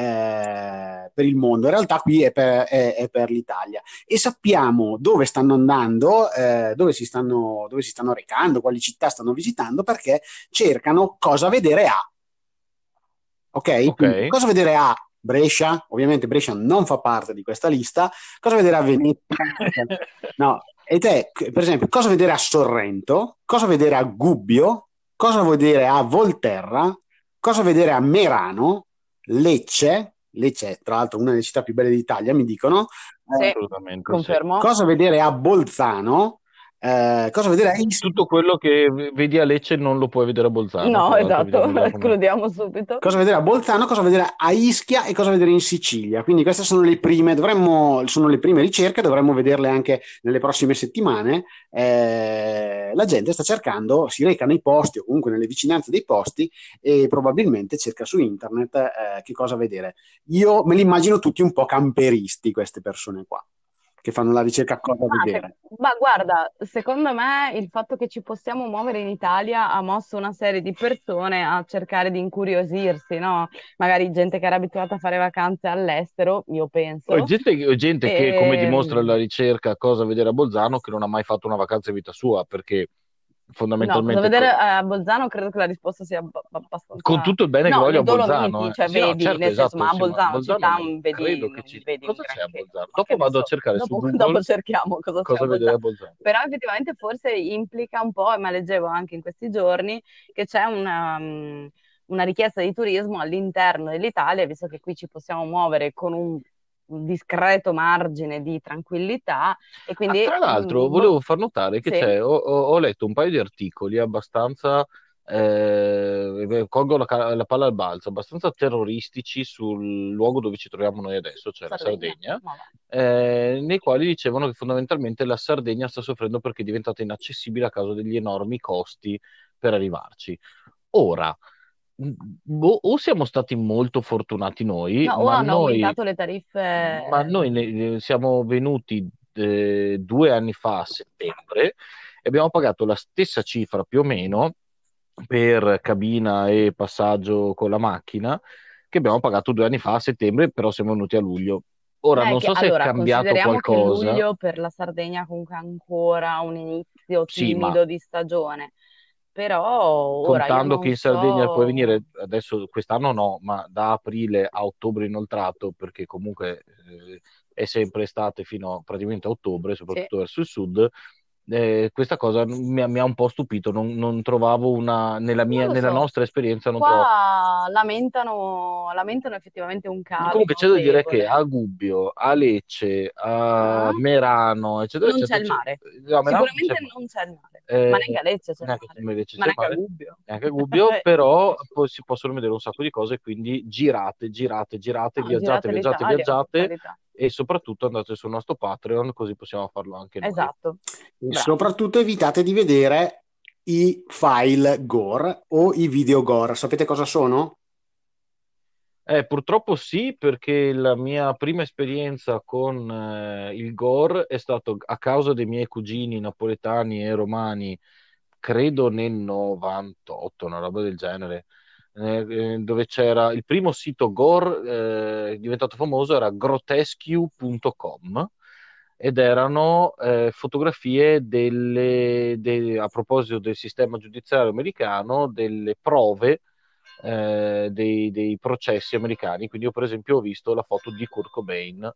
eh, per il mondo. In realtà qui è per, è- è per l'Italia. E sappiamo dove stanno andando, eh, dove si stanno, dove si stanno recando, quali città stanno visitando, perché cercano cosa vedere a. Ok? Quindi, Ok. cosa vedere a Brescia? Ovviamente Brescia non fa parte di questa lista. Cosa vedere a Venezia? No, e te, per esempio, cosa vedere a Sorrento? Cosa vedere a Gubbio? Cosa vedere a Volterra? Cosa vedere a Merano? Lecce? Lecce, è, tra l'altro, una delle città più belle d'Italia, mi dicono. Sì, Eh, Assolutamente sì. confermo. cosa vedere a Bolzano? Eh, cosa vedere a Tutto quello che vedi a Lecce non lo puoi vedere a Bolzano, No, tra l'altro, esatto, vediamo già come... escludiamo subito. cosa vedere a Bolzano, cosa vedere a Ischia e cosa vedere in Sicilia. Quindi queste sono le prime, dovremmo, sono le prime ricerche, dovremmo vederle anche nelle prossime settimane. Eh, la gente sta cercando, si reca nei posti o comunque nelle vicinanze dei posti e probabilmente cerca su internet eh, che cosa vedere. Io me li immagino tutti un po' camperisti, queste persone qua, che fanno la ricerca a cosa Ma, se- vedere. ma guarda, secondo me il fatto che ci possiamo muovere in Italia ha mosso una serie di persone a cercare di incuriosirsi, no? Magari gente che era abituata a fare vacanze all'estero, io O penso. gente, o gente che, come dimostra E, la ricerca, cosa vedere a Bolzano, che non ha mai fatto una vacanza in vita sua, perché No, cosa fondamentalmente. vedere co- a Bolzano credo che la risposta sia ab- Con abbastanza... tutto il bene che No, voglio a nei Bolzano, Dolomiti, eh. cioè Sì, no, vedi, certo, nel senso, esatto, ma a sì, ma Bolzano città Bolzano non non credo vedi, che non ci... vedi un Cosa c'è a granché, Bolzano? ma che Dopo ne vado a so. cercare su Dopo, dopo Google cerchiamo cosa c'è a cosa vedere a Bolzano. Bolzano. Però effettivamente forse implica un po', ma leggevo anche in questi giorni, che c'è una, mm, una richiesta di turismo all'interno dell'Italia, visto che qui ci possiamo muovere con un un discreto margine di tranquillità e Ah, quindi tra l'altro, mm, vo- volevo far notare che sì, c'è, ho, ho- ho letto un paio di articoli abbastanza, eh, beh, colgo la, ca- la palla al balzo, abbastanza terroristici sul luogo dove ci troviamo noi adesso, cioè la Sardegna, Sardegna, ma va. eh, nei quali dicevano che fondamentalmente la Sardegna sta soffrendo perché è diventata inaccessibile a causa degli enormi costi per arrivarci. Ora, mh, boh, o siamo stati molto fortunati noi, No, o ma hanno noi, aumentato le ma tariffe. noi ne- siamo venuti eh, due anni fa a settembre e abbiamo pagato la stessa cifra più o meno per cabina e passaggio con la macchina che abbiamo pagato due anni fa a settembre, però siamo venuti a luglio. Ora, Beh, non che, so se è allora, cambiato consideriamo che qualcosa. luglio per la Sardegna comunque è ancora un inizio Sì, ma timido di stagione, però ora io contando che non in Sardegna puoi so. venire adesso, quest'anno no, ma da aprile a ottobre inoltrato, perché comunque eh, è sempre estate fino a, praticamente a ottobre, Sì. soprattutto verso il sud. Eh, questa cosa mi ha, mi ha un po' stupito, non, non trovavo una, nella Non mia, lo nella so, nostra esperienza non trovo. qua lamentano, lamentano effettivamente un calo Comunque c'è da dire che notevole. a Gubbio, a Lecce, a Ah, Merano, eccetera, non c'è eccetera, il c'è- mare. no, a Merano non c'è Sicuramente mare. non c'è il mare, ma neanche Eh, a Lecce c'è il neanche mare, a Lecce ma c'è il neanche a mare, Gubbio. neanche a Gubbio, però poi si possono vedere un sacco di cose, quindi girate, girate, girate, No, viaggiate, girate viaggiate, l'Italia, per viaggiate carità. e soprattutto andate sul nostro Patreon, così possiamo farlo anche noi. Esatto, E bravo. soprattutto evitate di vedere i file gore o i video gore. Sapete cosa sono? Eh, purtroppo sì, perché la mia prima esperienza con eh, il gore è stato a causa dei miei cugini napoletani e romani, credo nel novantotto, una roba del genere, eh, eh, dove c'era il primo sito gore eh, diventato famoso, era grotesque punto com ed erano eh, fotografie delle, de- a proposito del sistema giudiziario americano, delle prove eh, dei, dei processi americani. Quindi io per esempio ho visto la foto di Kurt Cobain,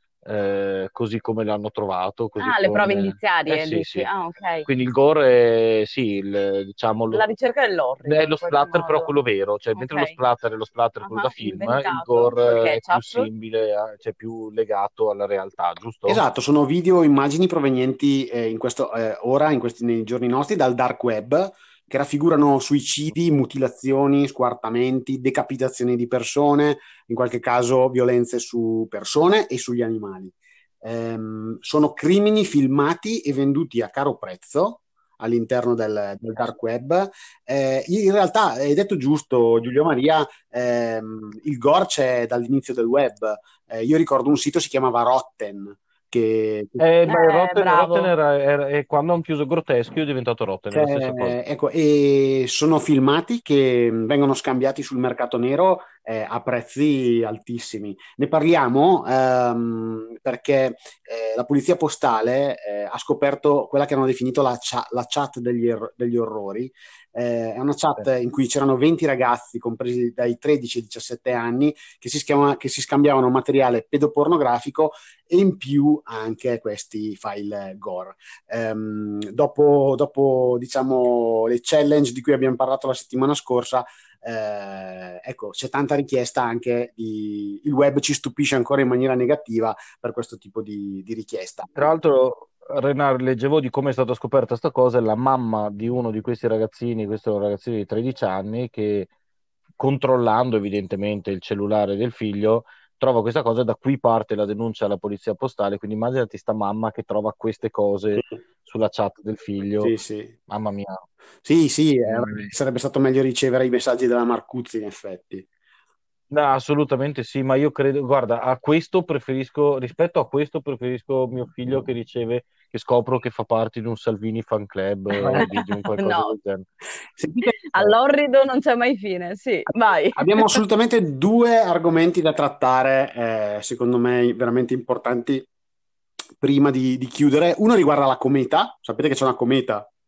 eh, così come l'hanno trovato, così Ah, le prove come... Eh indiziarie, sì, dici? sì. Ah, ok. Quindi il gore è, sì, il, diciamo, La lo, ricerca è dell'orrido, lo in qualche splatter però modo. quello vero, cioè mentre lo Ok. splatter è lo splatter quello da Ah, film, il inventato col gore è più ketchup. simile, a- cioè più legato alla realtà, giusto? Esatto, sono video, immagini provenienti eh, in questo, eh, ora, in questi, nei giorni nostri, dal dark web, che raffigurano suicidi, mutilazioni, squartamenti, decapitazioni di persone, in qualche caso violenze su persone e sugli animali. Ehm, sono crimini filmati e venduti a caro prezzo all'interno del, del dark web. Eh, in realtà, hai detto giusto, Giulio Maria, ehm, il gore c'è dall'inizio del web. Eh, io ricordo un sito si chiamava Rotten, che, Eh, ma il Eh, Rotten, Rotten bravo. era, era- e quando hanno chiuso Groteschi è diventato Rotten, è la stessa cosa. cioè, ecco, e sono filmati che vengono scambiati sul mercato nero eh, a prezzi altissimi. Ne parliamo ehm, perché eh, la polizia postale eh, ha scoperto quella che hanno definito la, cha- la chat degli, er- degli orrori. Eh, è una Eh, chat in cui c'erano venti ragazzi compresi dai tredici ai diciassette anni che si, schiama- che si scambiavano materiale pedopornografico e in più anche questi file gore. Ehm, dopo, dopo, diciamo, le challenge di cui abbiamo parlato la settimana scorsa, eh, ecco, c'è tanta richiesta anche di... Il web ci stupisce ancora in maniera negativa per questo tipo di, di richiesta. Tra l'altro, Renar, leggevo di come è stata scoperta sta cosa, è la mamma di uno di questi ragazzini, questo è un ragazzino di tredici anni, che controllando evidentemente il cellulare del figlio, trova questa cosa e da qui parte la denuncia alla polizia postale, quindi immaginati sta mamma che trova queste cose sulla chat del figlio, Sì, sì. mamma mia. Sì, sì, eh, Mm. sarebbe stato meglio ricevere i messaggi della Marcuzzi, in effetti. No, assolutamente sì, ma io credo, guarda, a questo preferisco, rispetto a questo preferisco mio figlio che riceve, che scopro che fa parte di un Salvini fan club o di, di un qualcosa No, del genere. Sentite, all'orrido non c'è mai fine. Sì, vai. abbiamo assolutamente due argomenti da trattare, eh, secondo me veramente importanti, prima di, di chiudere. Uno riguarda la cometa. Sapete che c'è una cometa?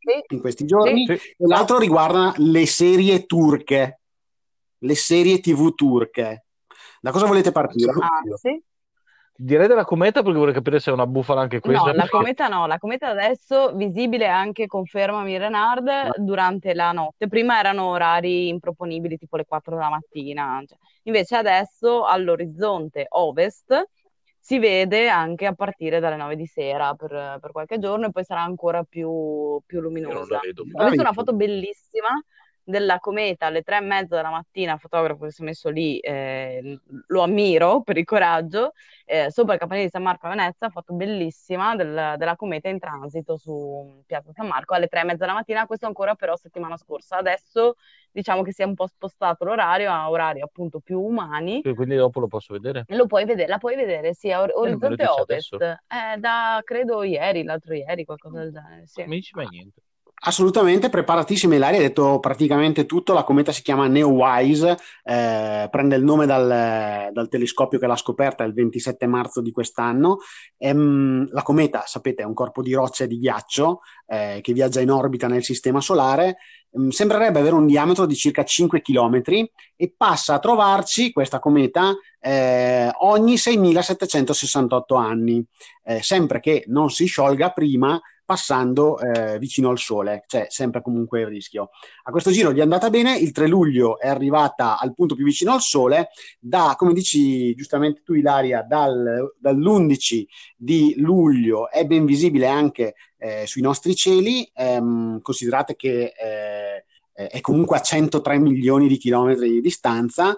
Sì, in questi giorni, sì. Sì. e l'altro riguarda le serie turche, le serie tivù turche. Da cosa volete partire? Ah, sì. Direi della cometa perché vorrei capire se è una bufala anche No, questa. la cometa no, la cometa adesso visibile anche, confermami Renard, durante la notte. Prima erano orari improponibili, tipo le quattro della mattina. Cioè. Invece adesso all'orizzonte ovest si vede anche a partire dalle nove di sera per, per qualche giorno e poi sarà ancora più, più Io non la luminosa. vedo. Ho visto una foto bellissima della cometa alle tre e mezza della mattina, il fotografo che si è messo lì, eh, lo ammiro per il coraggio, eh, sopra il campanile di San Marco a Venezia, foto bellissima del- della cometa in transito su Piazza San Marco alle tre e mezza della mattina, questo ancora però settimana scorsa. Adesso diciamo che si è un po' spostato l'orario a orari appunto più umani. E quindi dopo lo posso vedere. E Lo puoi vedere, la puoi vedere, sì, a or- E non me lo orizzonte dici ovest, adesso? eh, da credo ieri, l'altro ieri, qualcosa del genere, sì. Non mi dici mai niente. Assolutamente, preparatissima. Ilaria ha detto praticamente tutto. La cometa si chiama Neowise, eh, prende il nome dal, dal telescopio che l'ha scoperta il ventisette marzo di quest'anno. Ehm, la cometa, sapete, è un corpo di roccia e di ghiaccio eh, che viaggia in orbita nel sistema solare. Ehm, sembrerebbe avere un diametro di circa cinque chilometri e passa a trovarci questa cometa eh, ogni seimilasettecentosessantotto anni, eh, sempre che non si sciolga prima passando eh, vicino al sole, c'è sempre comunque il rischio. A questo giro gli è andata bene, il tre luglio è arrivata al punto più vicino al sole, da, come dici giustamente tu Ilaria, dal, dall'undici di luglio è ben visibile anche eh, sui nostri cieli, ehm, considerate che eh, è comunque a centotré milioni di chilometri di distanza.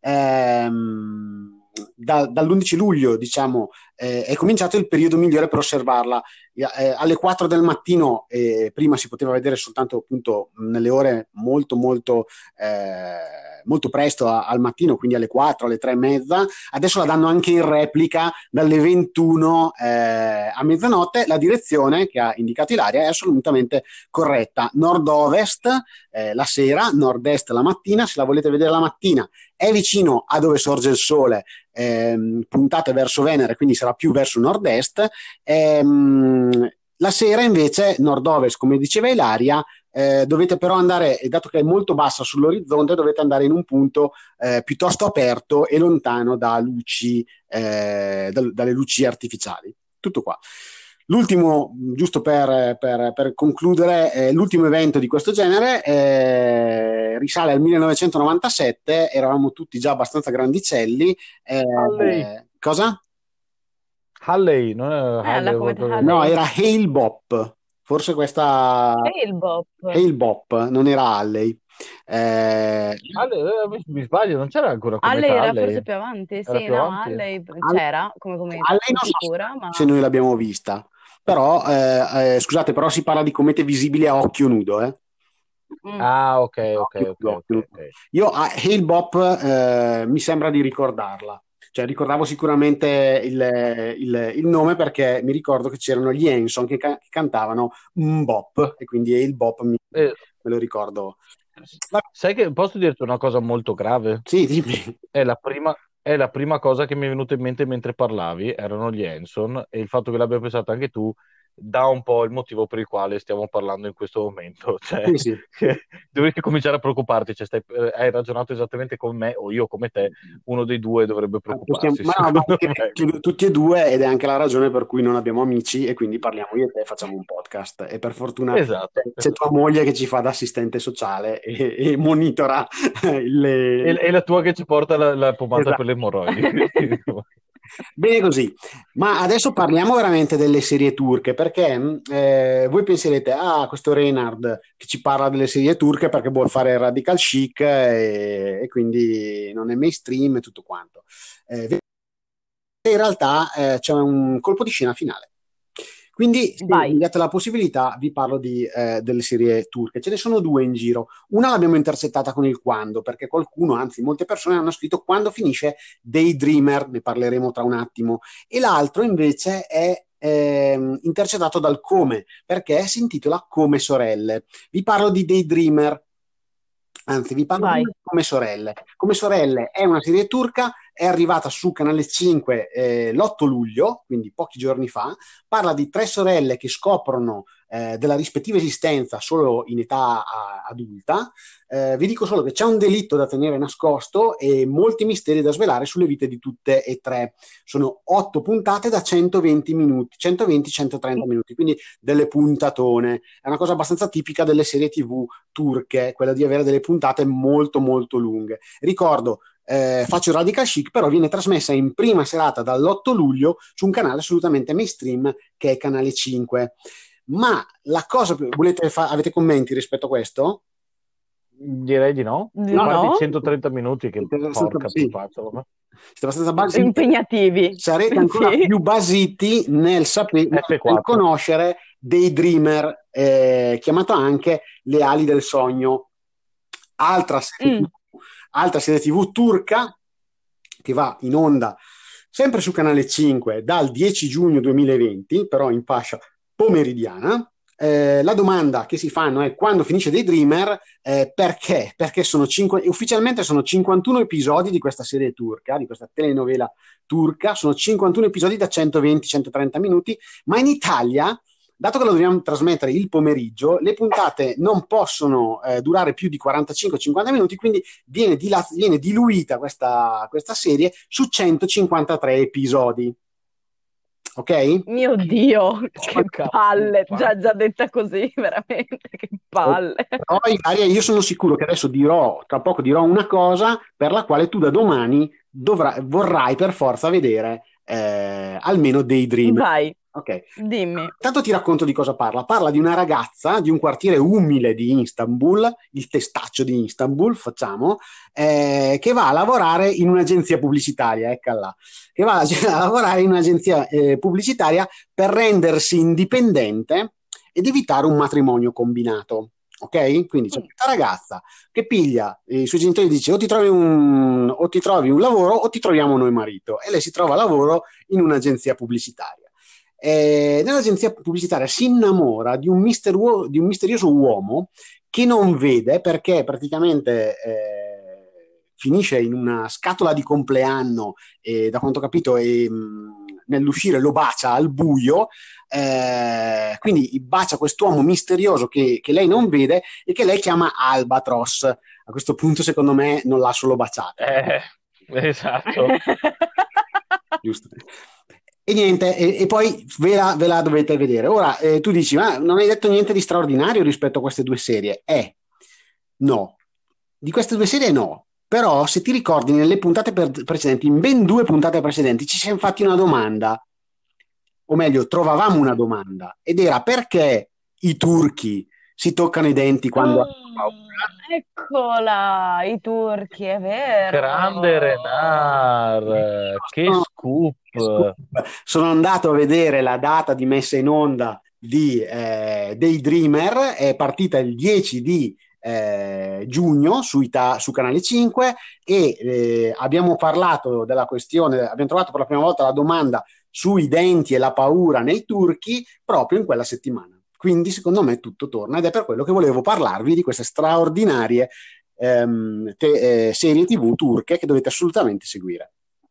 Ehm, da, dall'undici luglio, diciamo, eh, è cominciato il periodo migliore per osservarla. Eh, alle quattro del mattino, eh, prima si poteva vedere soltanto appunto nelle ore molto molto eh, molto presto a, al mattino, quindi alle quattro, alle tre e mezza. Adesso la danno anche in replica dalle ventuno eh, a mezzanotte. La direzione che ha indicato Ilaria è assolutamente corretta: nord-ovest eh, la sera, nord-est la mattina. Se la volete vedere la mattina è vicino a dove sorge il sole, ehm, puntate verso Venere, quindi sarà più verso nord-est. Ehm, la sera invece nord-ovest, come diceva Ilaria, eh, dovete però andare, dato che è molto bassa sull'orizzonte, dovete andare in un punto eh, piuttosto aperto e lontano da luci, eh, da, dalle luci artificiali. Tutto qua. L'ultimo, giusto per, per, per concludere, eh, l'ultimo evento di questo genere eh, risale al millenovecentonovantasette, eravamo tutti già abbastanza grandicelli. Eh, Halley. cosa? Halley, non è Eh, Halley, la o cometa qualcosa- No, Halley. era Hale Bopp, forse questa E il Bop. Hale Bopp, non era Halley. Eh, Halley, eh, mi, mi sbaglio, non c'era ancora Halley cometa era Halley? forse più avanti, Era sì, più no, avanti? Halley Halley c'era come cometa, Halley sono non so sicura, ma... se noi l'abbiamo vista, però eh, eh, scusate, però si parla di comete visibili a occhio nudo, eh? Mm. Ah, ok, ok, Occhio ok, nudo, occhio ok, nudo. ok. Io a Hale Bopp eh, mi sembra di ricordarla, cioè ricordavo sicuramente il, il- il nome perché mi ricordo che c'erano gli Hanson che, ca- che cantavano un bop e quindi Hale Bopp mi- Eh, me lo ricordo. Ma- sai che posso dirti una cosa molto grave? sì, dimmi. È la prima, è la prima cosa che mi è venuta in mente mentre parlavi, erano gli Hanson, e il fatto che l'abbia pensato anche tu dà un po' il motivo per il quale stiamo parlando in questo momento. Cioè, Sì, sì. che dovresti cominciare a preoccuparti, cioè, stai- eh, hai ragionato esattamente come me o io come te, uno dei due dovrebbe Ah, possiamo- preoccuparsi, Ma no, secondo ma me. tutti, tutti e due, ed è anche la ragione per cui non abbiamo amici e quindi parliamo io e te, facciamo un podcast. E per fortuna Esatto. c'è tua moglie che ci fa da assistente sociale e, e monitora E, le... e la tua che ci porta la, la pomata Esatto. per le emorroidi. Bene così, ma adesso parliamo veramente delle serie turche, perché mh, eh, voi penserete, ah, questo Reinhard che ci parla delle serie turche perché vuole fare il radical chic e, e quindi non è mainstream e tutto quanto. Eh, in realtà eh, c'è un colpo di scena finale. Quindi, se Vai. mi date la possibilità, vi parlo di, eh, delle serie turche. Ce ne sono due in giro. Una l'abbiamo intercettata con il quando, perché qualcuno, anzi molte persone hanno scritto quando finisce Daydreamer, ne parleremo tra un attimo, e l'altro invece è ehm, intercettato dal come, perché si intitola Come sorelle. Vi parlo di Daydreamer, anzi vi parlo Vai. di Come sorelle. Come sorelle è una serie turca, è arrivata su Canale cinque eh, l'otto luglio, quindi pochi giorni fa. Parla di tre sorelle che scoprono eh, della rispettiva esistenza solo in età a, adulta. Eh, vi dico solo che c'è un delitto da tenere nascosto e molti misteri da svelare sulle vite di tutte e tre. Sono otto puntate da centoventi minuti, centoventi centotrenta minuti, quindi delle puntatone. È una cosa abbastanza tipica delle serie tivù turche, quella di avere delle puntate molto molto lunghe. Ricordo, eh, faccio Radical Chic, però viene trasmessa in prima serata dall'otto luglio su un canale assolutamente mainstream che è Canale cinque. Ma la cosa, volete fa- avete commenti rispetto a questo? Direi di no. Di A parte i no? centotrenta minuti che Siete porca abbastanza, sì, pupazza, vabbè. siete abbastanza basiti. Impegnativi. Sarete ancora Sì. più basiti nel sapere, nel F quattro. conoscere Daydreamer, eh, chiamato anche Le ali del sogno, altra serie, Mm. altra serie tivù turca che va in onda sempre su Canale cinque dal dieci giugno duemilaventi, però in fascia pomeridiana. Eh, la domanda che si fanno è: quando finisce Daydreamer? Eh, perché? Perché sono cinque, ufficialmente sono cinquantuno episodi di questa serie turca, di questa telenovela turca, sono cinquantuno episodi da centoventi centotrenta minuti, ma in Italia, dato che lo dobbiamo trasmettere il pomeriggio, le puntate non possono eh, durare più di quarantacinque cinquanta minuti, quindi viene, dila- viene diluita questa, questa serie su centocinquantatré episodi. Ok? Mio Dio, che Porca palle, pupa. già, già detta così, veramente, che palle. Però, Ilaria, io sono sicuro che adesso dirò, tra poco dirò una cosa per la quale tu da domani dovrai, vorrai per forza vedere eh, almeno Daydream. Vai, Ok. dimmi. Intanto ti racconto di cosa parla. Parla di una ragazza di un quartiere umile di Istanbul, il testaccio di Istanbul, facciamo, eh, che va a lavorare in un'agenzia pubblicitaria, eccola, che va a lavorare in un'agenzia eh, pubblicitaria per rendersi indipendente ed evitare un matrimonio combinato. Ok? Quindi c'è questa ragazza che piglia, i suoi genitori dice o ti trovi un, o ti trovi un lavoro o ti troviamo noi marito, e lei si trova lavoro in un'agenzia pubblicitaria. Eh, nell'agenzia pubblicitaria si innamora di un, misterio- di un misterioso uomo che non vede perché praticamente eh, finisce in una scatola di compleanno e da quanto ho capito e, mh, nell'uscire lo bacia al buio, eh, quindi bacia quest'uomo misterioso che, che lei non vede e che lei chiama Albatros. A questo punto secondo me non l'ha solo baciata. Eh, esatto. Giusto. E niente, e, e poi ve la, ve la dovete vedere. Ora, eh, tu dici, ma non hai detto niente di straordinario rispetto a queste due serie? Eh, no. Di queste due serie no. Però, se ti ricordi, nelle puntate per- precedenti, in ben due puntate precedenti, ci siamo fatti una domanda, o meglio, trovavamo una domanda, ed era: perché i turchi si toccano i denti quando hanno paura? Ah, eccola, i turchi, è vero. Grande Renar, che Sono, scoop. sono andato a vedere la data di messa in onda di eh, Daydreamer, è partita il dieci di eh, giugno su, Ita- su Canale cinque e eh, abbiamo parlato della questione, abbiamo trovato per la prima volta la domanda sui denti e la paura nei turchi proprio in quella settimana. Quindi secondo me tutto torna ed è per quello che volevo parlarvi di queste straordinarie ehm, te- eh, serie tivù turche che dovete assolutamente seguire.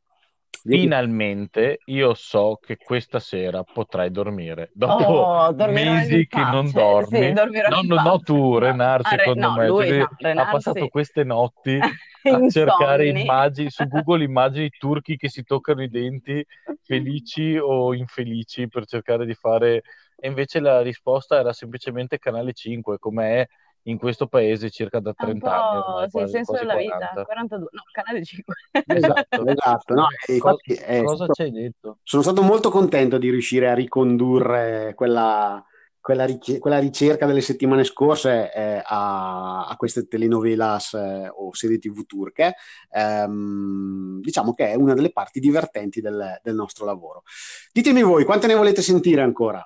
Finalmente io so che questa sera potrai dormire. Dopo Oh, dormirò in mesi che non pace. dormi, Sì, dormirò no, in no, no, tu, pace. Renar, Ah, Re- secondo no, me, lui perché no, ha Renar passato sì. queste notti a cercare Insonni. immagini su Google, immagini turchi che si toccano i denti, felici o infelici, per cercare di fare. E invece la risposta era semplicemente Canale cinque, come è in questo paese circa da È un trenta anni po' ormai, sì, il quasi, senso quasi della vita. quaranta. quarantadue, no, canale cinque. Esatto, Esatto. esatto. No, e Co- infatti è cosa stato- ci hai detto? sono stato molto contento di riuscire a ricondurre quella, quella, ric- quella ricerca delle settimane scorse eh, a, a queste telenovelas eh, o serie tivù turche. Ehm, diciamo che è una delle parti divertenti del, del nostro lavoro. Ditemi voi, quante ne volete sentire ancora?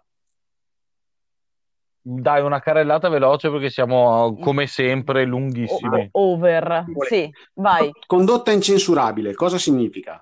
Dai una carrellata veloce perché siamo come sempre O- lunghissimi. over, sì, vai. Condotta incensurabile, cosa significa?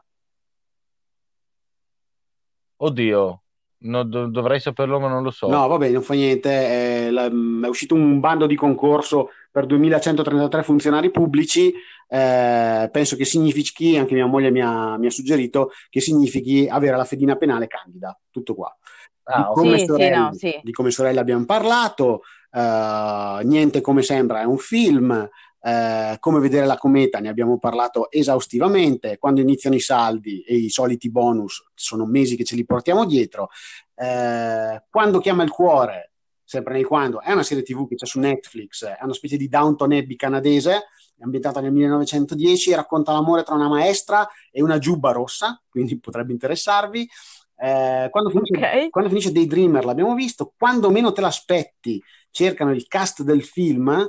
Oddio, no, dov- dovrei saperlo ma non lo so. No, vabbè, non fa niente. È, la- è uscito un bando di concorso per duemilacentotrentatré funzionari pubblici. Eh, penso che significhi, anche mia moglie mi ha, mi ha suggerito, che significhi avere la fedina penale candida. Tutto qua. di Ah, come ok. Sì, sì, sorelle, no, sì. di come sorelle abbiamo parlato, eh, niente come sembra è un film, eh, come vedere la cometa ne abbiamo parlato esaustivamente, quando iniziano i saldi e i soliti bonus sono mesi che ce li portiamo dietro, eh, quando chiama il cuore, sempre nel quando, è una serie tivù che c'è su Netflix, è una specie di Downton Abbey canadese, è ambientata nel millenovecentodieci e racconta l'amore tra una maestra e una giubba rossa, quindi potrebbe interessarvi. Eh, quando finisce, Ok. quando finisce Daydreamer l'abbiamo visto, quando meno te l'aspetti cercano il cast del film,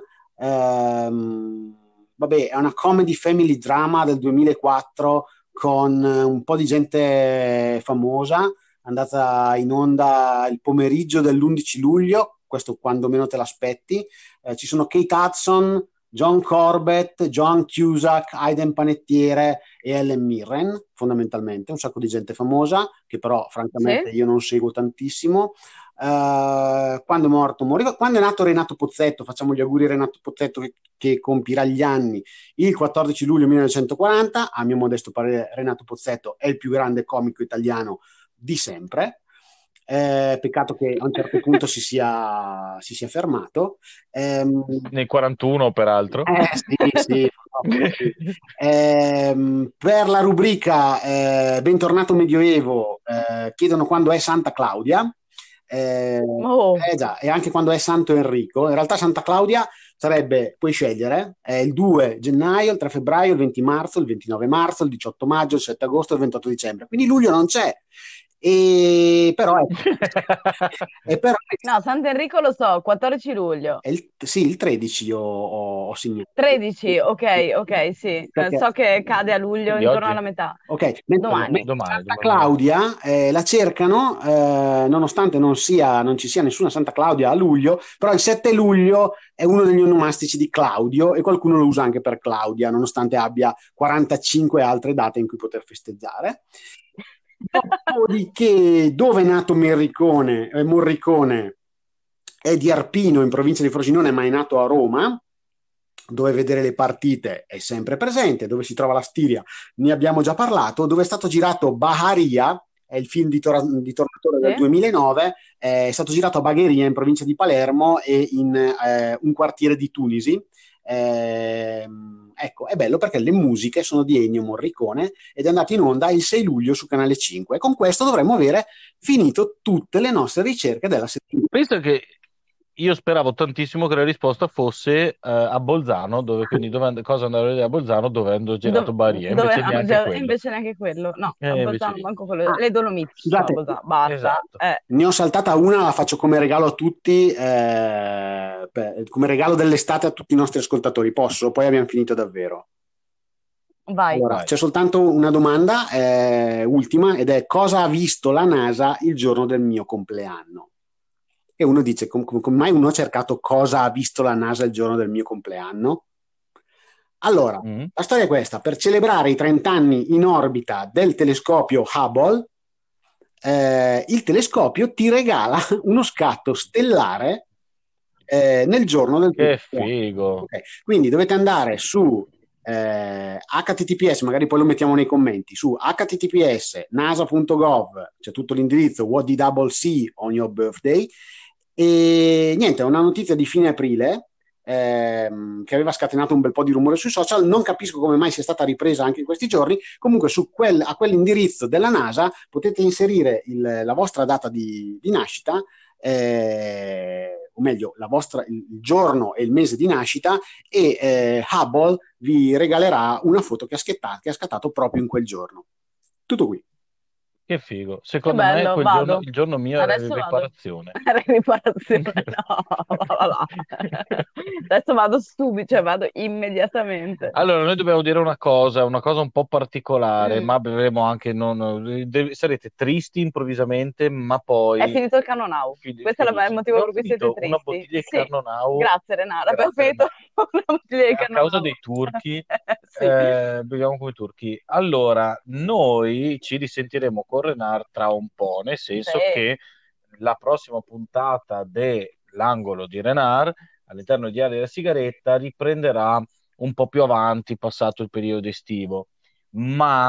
ehm, vabbè, è una comedy family drama del duemilaquattro con un po' di gente famosa, andata in onda il pomeriggio dell'undici luglio, questo quando meno te l'aspetti. Eh, ci sono Kate Hudson, John Corbett, John Cusack, Aiden Panettiere e Ellen Mirren, fondamentalmente, un sacco di gente famosa, che però francamente Sì? io non seguo tantissimo. Uh, quando è morto moriva, quando è nato Renato Pozzetto, facciamo gli auguri a Renato Pozzetto che, che compirà gli anni il quattordici luglio millenovecentoquaranta. A mio modesto parere Renato Pozzetto è il più grande comico italiano di sempre. Eh, peccato che a un certo punto si sia, si sia fermato. Ehm, Nel quarantuno, peraltro. eh sì, sì, purtroppo sì. Ehm, per la rubrica eh, Bentornato Medioevo, eh, chiedono quando è Santa Claudia. Eh, Oh, eh già, e anche quando è Santo Enrico. In realtà Santa Claudia sarebbe, puoi scegliere, è il due gennaio, il tre febbraio, il venti marzo, il ventinove marzo, il diciotto maggio, il sette agosto e il ventotto dicembre. Quindi luglio non c'è. E però, ecco, e però no, Sant'Enrico lo so, quattordici luglio. è il, sì, il tredici io ho, ho segnato. tredici, ok, ok, sì. Eh, Perché so che cade a luglio Quindi intorno alla oggi? metà. ok, mentre, Dom- Domani. mentre domani, Santa domani domani. Claudia eh, la cercano, eh, nonostante non sia, non ci sia nessuna Santa Claudia a luglio, però il sette luglio è uno degli onomastici di Claudio e qualcuno lo usa anche per Claudia, nonostante abbia quarantacinque altre date in cui poter festeggiare. Dopodiché, dove è nato Morricone? Eh, Morricone è di Arpino, in provincia di Frosinone, ma è nato a Roma, dove vedere le partite è sempre presente, dove si trova la Stiria ne abbiamo già parlato, dove è stato girato Baharia, è il film di, Tor- di Tornatore del Sì? duemilanove, è stato girato a Bagheria in provincia di Palermo e in eh, un quartiere di Tunisi. Eh, ecco, è bello perché le musiche sono di Ennio Morricone ed è andato in onda il sei luglio su Canale cinque. E con questo dovremmo avere finito tutte le nostre ricerche della settimana. Penso che io speravo tantissimo che la risposta fosse eh, a Bolzano, dove quindi dove, cosa andare a vedere a Bolzano dovendo girato Dove, Baria, dove invece no, neanche già- e quello. invece neanche quello. No, a Eh, invece Bolzano lì. manco quello. Ah, Le Dolomiti ci sono a scusate, Bolzano, basta. Esatto. Eh. ne ho saltata una, la faccio come regalo a tutti, eh, per- come regalo dell'estate a tutti i nostri ascoltatori. Posso? Poi abbiamo finito davvero. Vai. Allora, Vai. c'è soltanto una domanda, eh, ultima, ed è cosa ha visto la NASA il giorno del mio compleanno? E uno dice, com- com- come mai uno ha cercato cosa ha visto la NASA il giorno del mio compleanno? Allora, Mm. la storia è questa: per celebrare i trenta anni in orbita del telescopio Hubble, eh, il telescopio ti regala uno scatto stellare eh, nel giorno del tuo Che compleanno. figo. Ok, quindi dovete andare su eh, H T T P S, magari poi lo mettiamo nei commenti, su H T T P S nasa punto gov, c'è tutto l'indirizzo What did Hubble see on your birthday? E niente, è una notizia di fine aprile ehm, che aveva scatenato un bel po' di rumore sui social. Non capisco come mai sia stata ripresa anche in questi giorni. Comunque, su quel, a quell'indirizzo della NASA potete inserire il- la vostra data di, di nascita, eh, o meglio, la vostra, il, il giorno e il mese di nascita, e eh, Hubble vi regalerà una foto che ha, scattato, che ha scattato proprio in quel giorno. Tutto qui. Che figo. Che Secondo me bello, quel giorno, vado. il giorno mio era in Adesso vado. riparazione. Era in riparazione, no, va, va. Adesso vado subito, cioè vado immediatamente. Allora, noi dobbiamo dire una cosa, una cosa un po' particolare, Mm. ma avremo anche, non, de- sarete tristi improvvisamente, ma È poi finito il Canonau. fi- Questo è la- il felici. motivo Abbiamo per cui siete finito una tristi? bottiglia di Sì, Carnonau, grazie Renata, abbiamo grazie finito Renato. una bottiglia di A causa Canonau. dei turchi, Sì. eh, beviamo come i turchi. Allora, noi ci risentiremo con Renar tra un po', nel senso Sì. che la prossima puntata dell'angolo di Renar, all'interno di Ale della Sigaretta, riprenderà un po' più avanti, passato il periodo estivo. Ma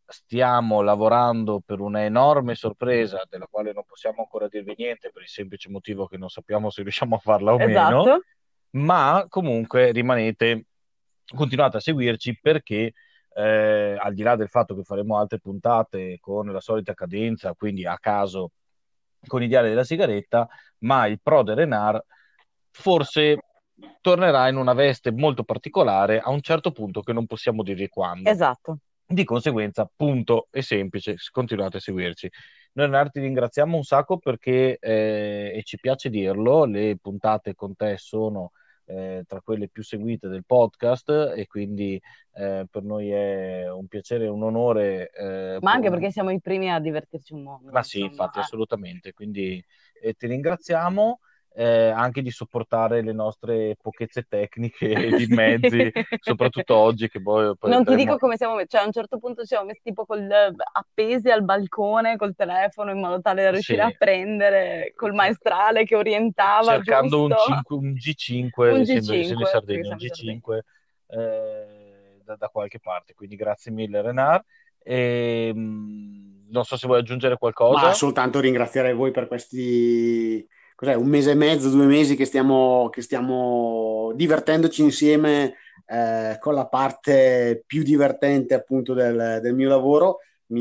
stiamo lavorando per una enorme sorpresa della quale non possiamo ancora dirvi niente per il semplice motivo che non sappiamo se riusciamo a farla o meno, Esatto. ma comunque rimanete, continuate a seguirci perché eh, al di là del fatto che faremo altre puntate con la solita cadenza, quindi a caso con i diari della sigaretta, ma il Pro de Renard forse tornerà in una veste molto particolare a un certo punto che non possiamo dirvi quando. Esatto. Di conseguenza, punto e semplice, continuate a seguirci. Noi Renard ti ringraziamo un sacco perché, eh, e ci piace dirlo, le puntate con te sono eh, tra quelle più seguite del podcast e quindi eh, per noi è un piacere e un onore. eh, Ma anche po- perché siamo i primi a divertirci un mondo, Ma sì, insomma. infatti, eh. assolutamente. Quindi eh, ti ringraziamo eh, anche di sopportare le nostre pochezze tecniche e di mezzi, soprattutto oggi che poi, poi Non ti andremo. dico come siamo messi, cioè a un certo punto ci siamo messi tipo col, appesi al balcone col telefono in modo tale da riuscire a Sì, prendere col maestrale che orientava cercando un, giusto. cinque un G cinque, Un essendo, essendo in G cinque, perché Sardegna, un siamo in Sardegna. G cinque eh, da, da qualche parte. Quindi grazie mille, Renard. E, mh, non so se vuoi aggiungere Ma qualcosa. soltanto ringraziare voi per questi, cos'è, un mese e mezzo, due mesi che stiamo, che stiamo divertendoci insieme eh, con la parte più divertente appunto del, del mio lavoro.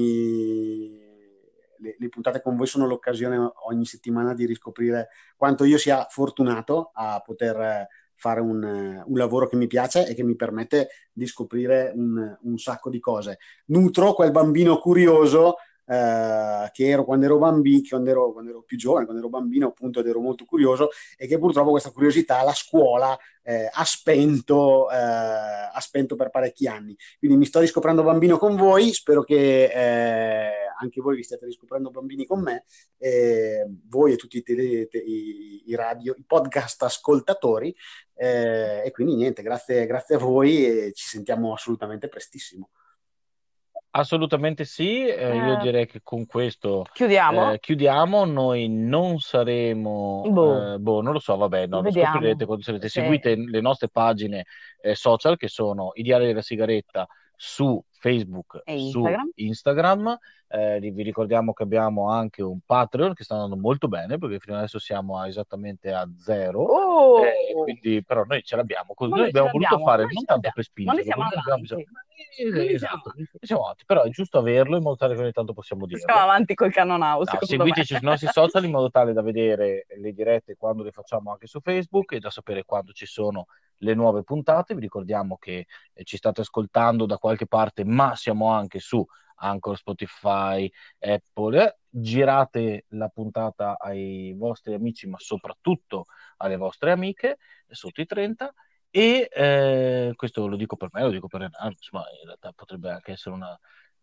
Mi- le, le puntate con voi sono l'occasione ogni settimana di riscoprire quanto io sia fortunato a poter eh, fare un, eh, un lavoro che mi piace e che mi permette di scoprire un, un sacco di cose. Nutro quel bambino curioso eh, che ero quando ero bambino, quando ero, quando ero più giovane, quando ero bambino appunto ed ero molto curioso e che purtroppo questa curiosità la scuola eh, ha spento, eh, ha spento per parecchi anni. Quindi mi sto riscoprendo bambino con voi, spero che eh, anche voi vi stiate riscoprendo bambini con me, eh, voi e tutti i, tele, te, i, i radio, i podcast ascoltatori. Eh, e quindi niente, grazie, grazie a voi e ci sentiamo assolutamente prestissimo. Assolutamente sì, eh, io Eh, direi che con questo chiudiamo? eh, chiudiamo. Noi non saremo, Boh, eh, boh, non lo so, vabbè, no, lo vediamo. scoprirete quando sarete. Se... Seguite le nostre pagine eh, social che sono i Diari della Sigaretta su Facebook, E su Instagram? Instagram. Eh, vi ricordiamo che abbiamo anche un Patreon che sta andando molto bene perché fino adesso siamo a- esattamente a zero. Eh, Oh! quindi, però noi ce l'abbiamo, così Ma noi noi ce abbiamo voluto l'abbiamo, fare noi non ce tanto l'abbiamo, per ma noi spingerlo, siamo perché noi abbiamo bisogno. avanti. Eh, Noi siamo Esatto, avanti. siamo avanti, però è giusto averlo in modo tale che ogni tanto possiamo Siamo dirlo. avanti col Canon House, No, secondo me. seguiteci sui nostri social in modo tale da vedere le dirette quando le facciamo anche su Facebook e da sapere quando ci sono le nuove puntate. Vi ricordiamo che eh, ci state ascoltando da qualche parte, ma siamo anche su Anchor, Spotify, Apple. Girate la puntata ai vostri amici, ma soprattutto alle vostre amiche sotto i trenta. E eh, questo lo dico per me, lo dico per Renato, insomma, in realtà potrebbe anche essere una.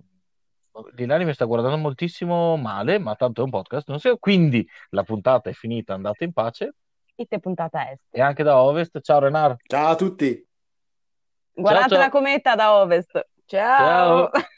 L'Ilari mi sta guardando moltissimo male, ma tanto è un podcast, non so. Quindi la puntata è finita, andate in pace. Ite puntata est. E anche da Ovest, ciao Renar. Ciao a tutti! Ciao Guardate la ciao. cometa da ovest. Ciao! Ciao.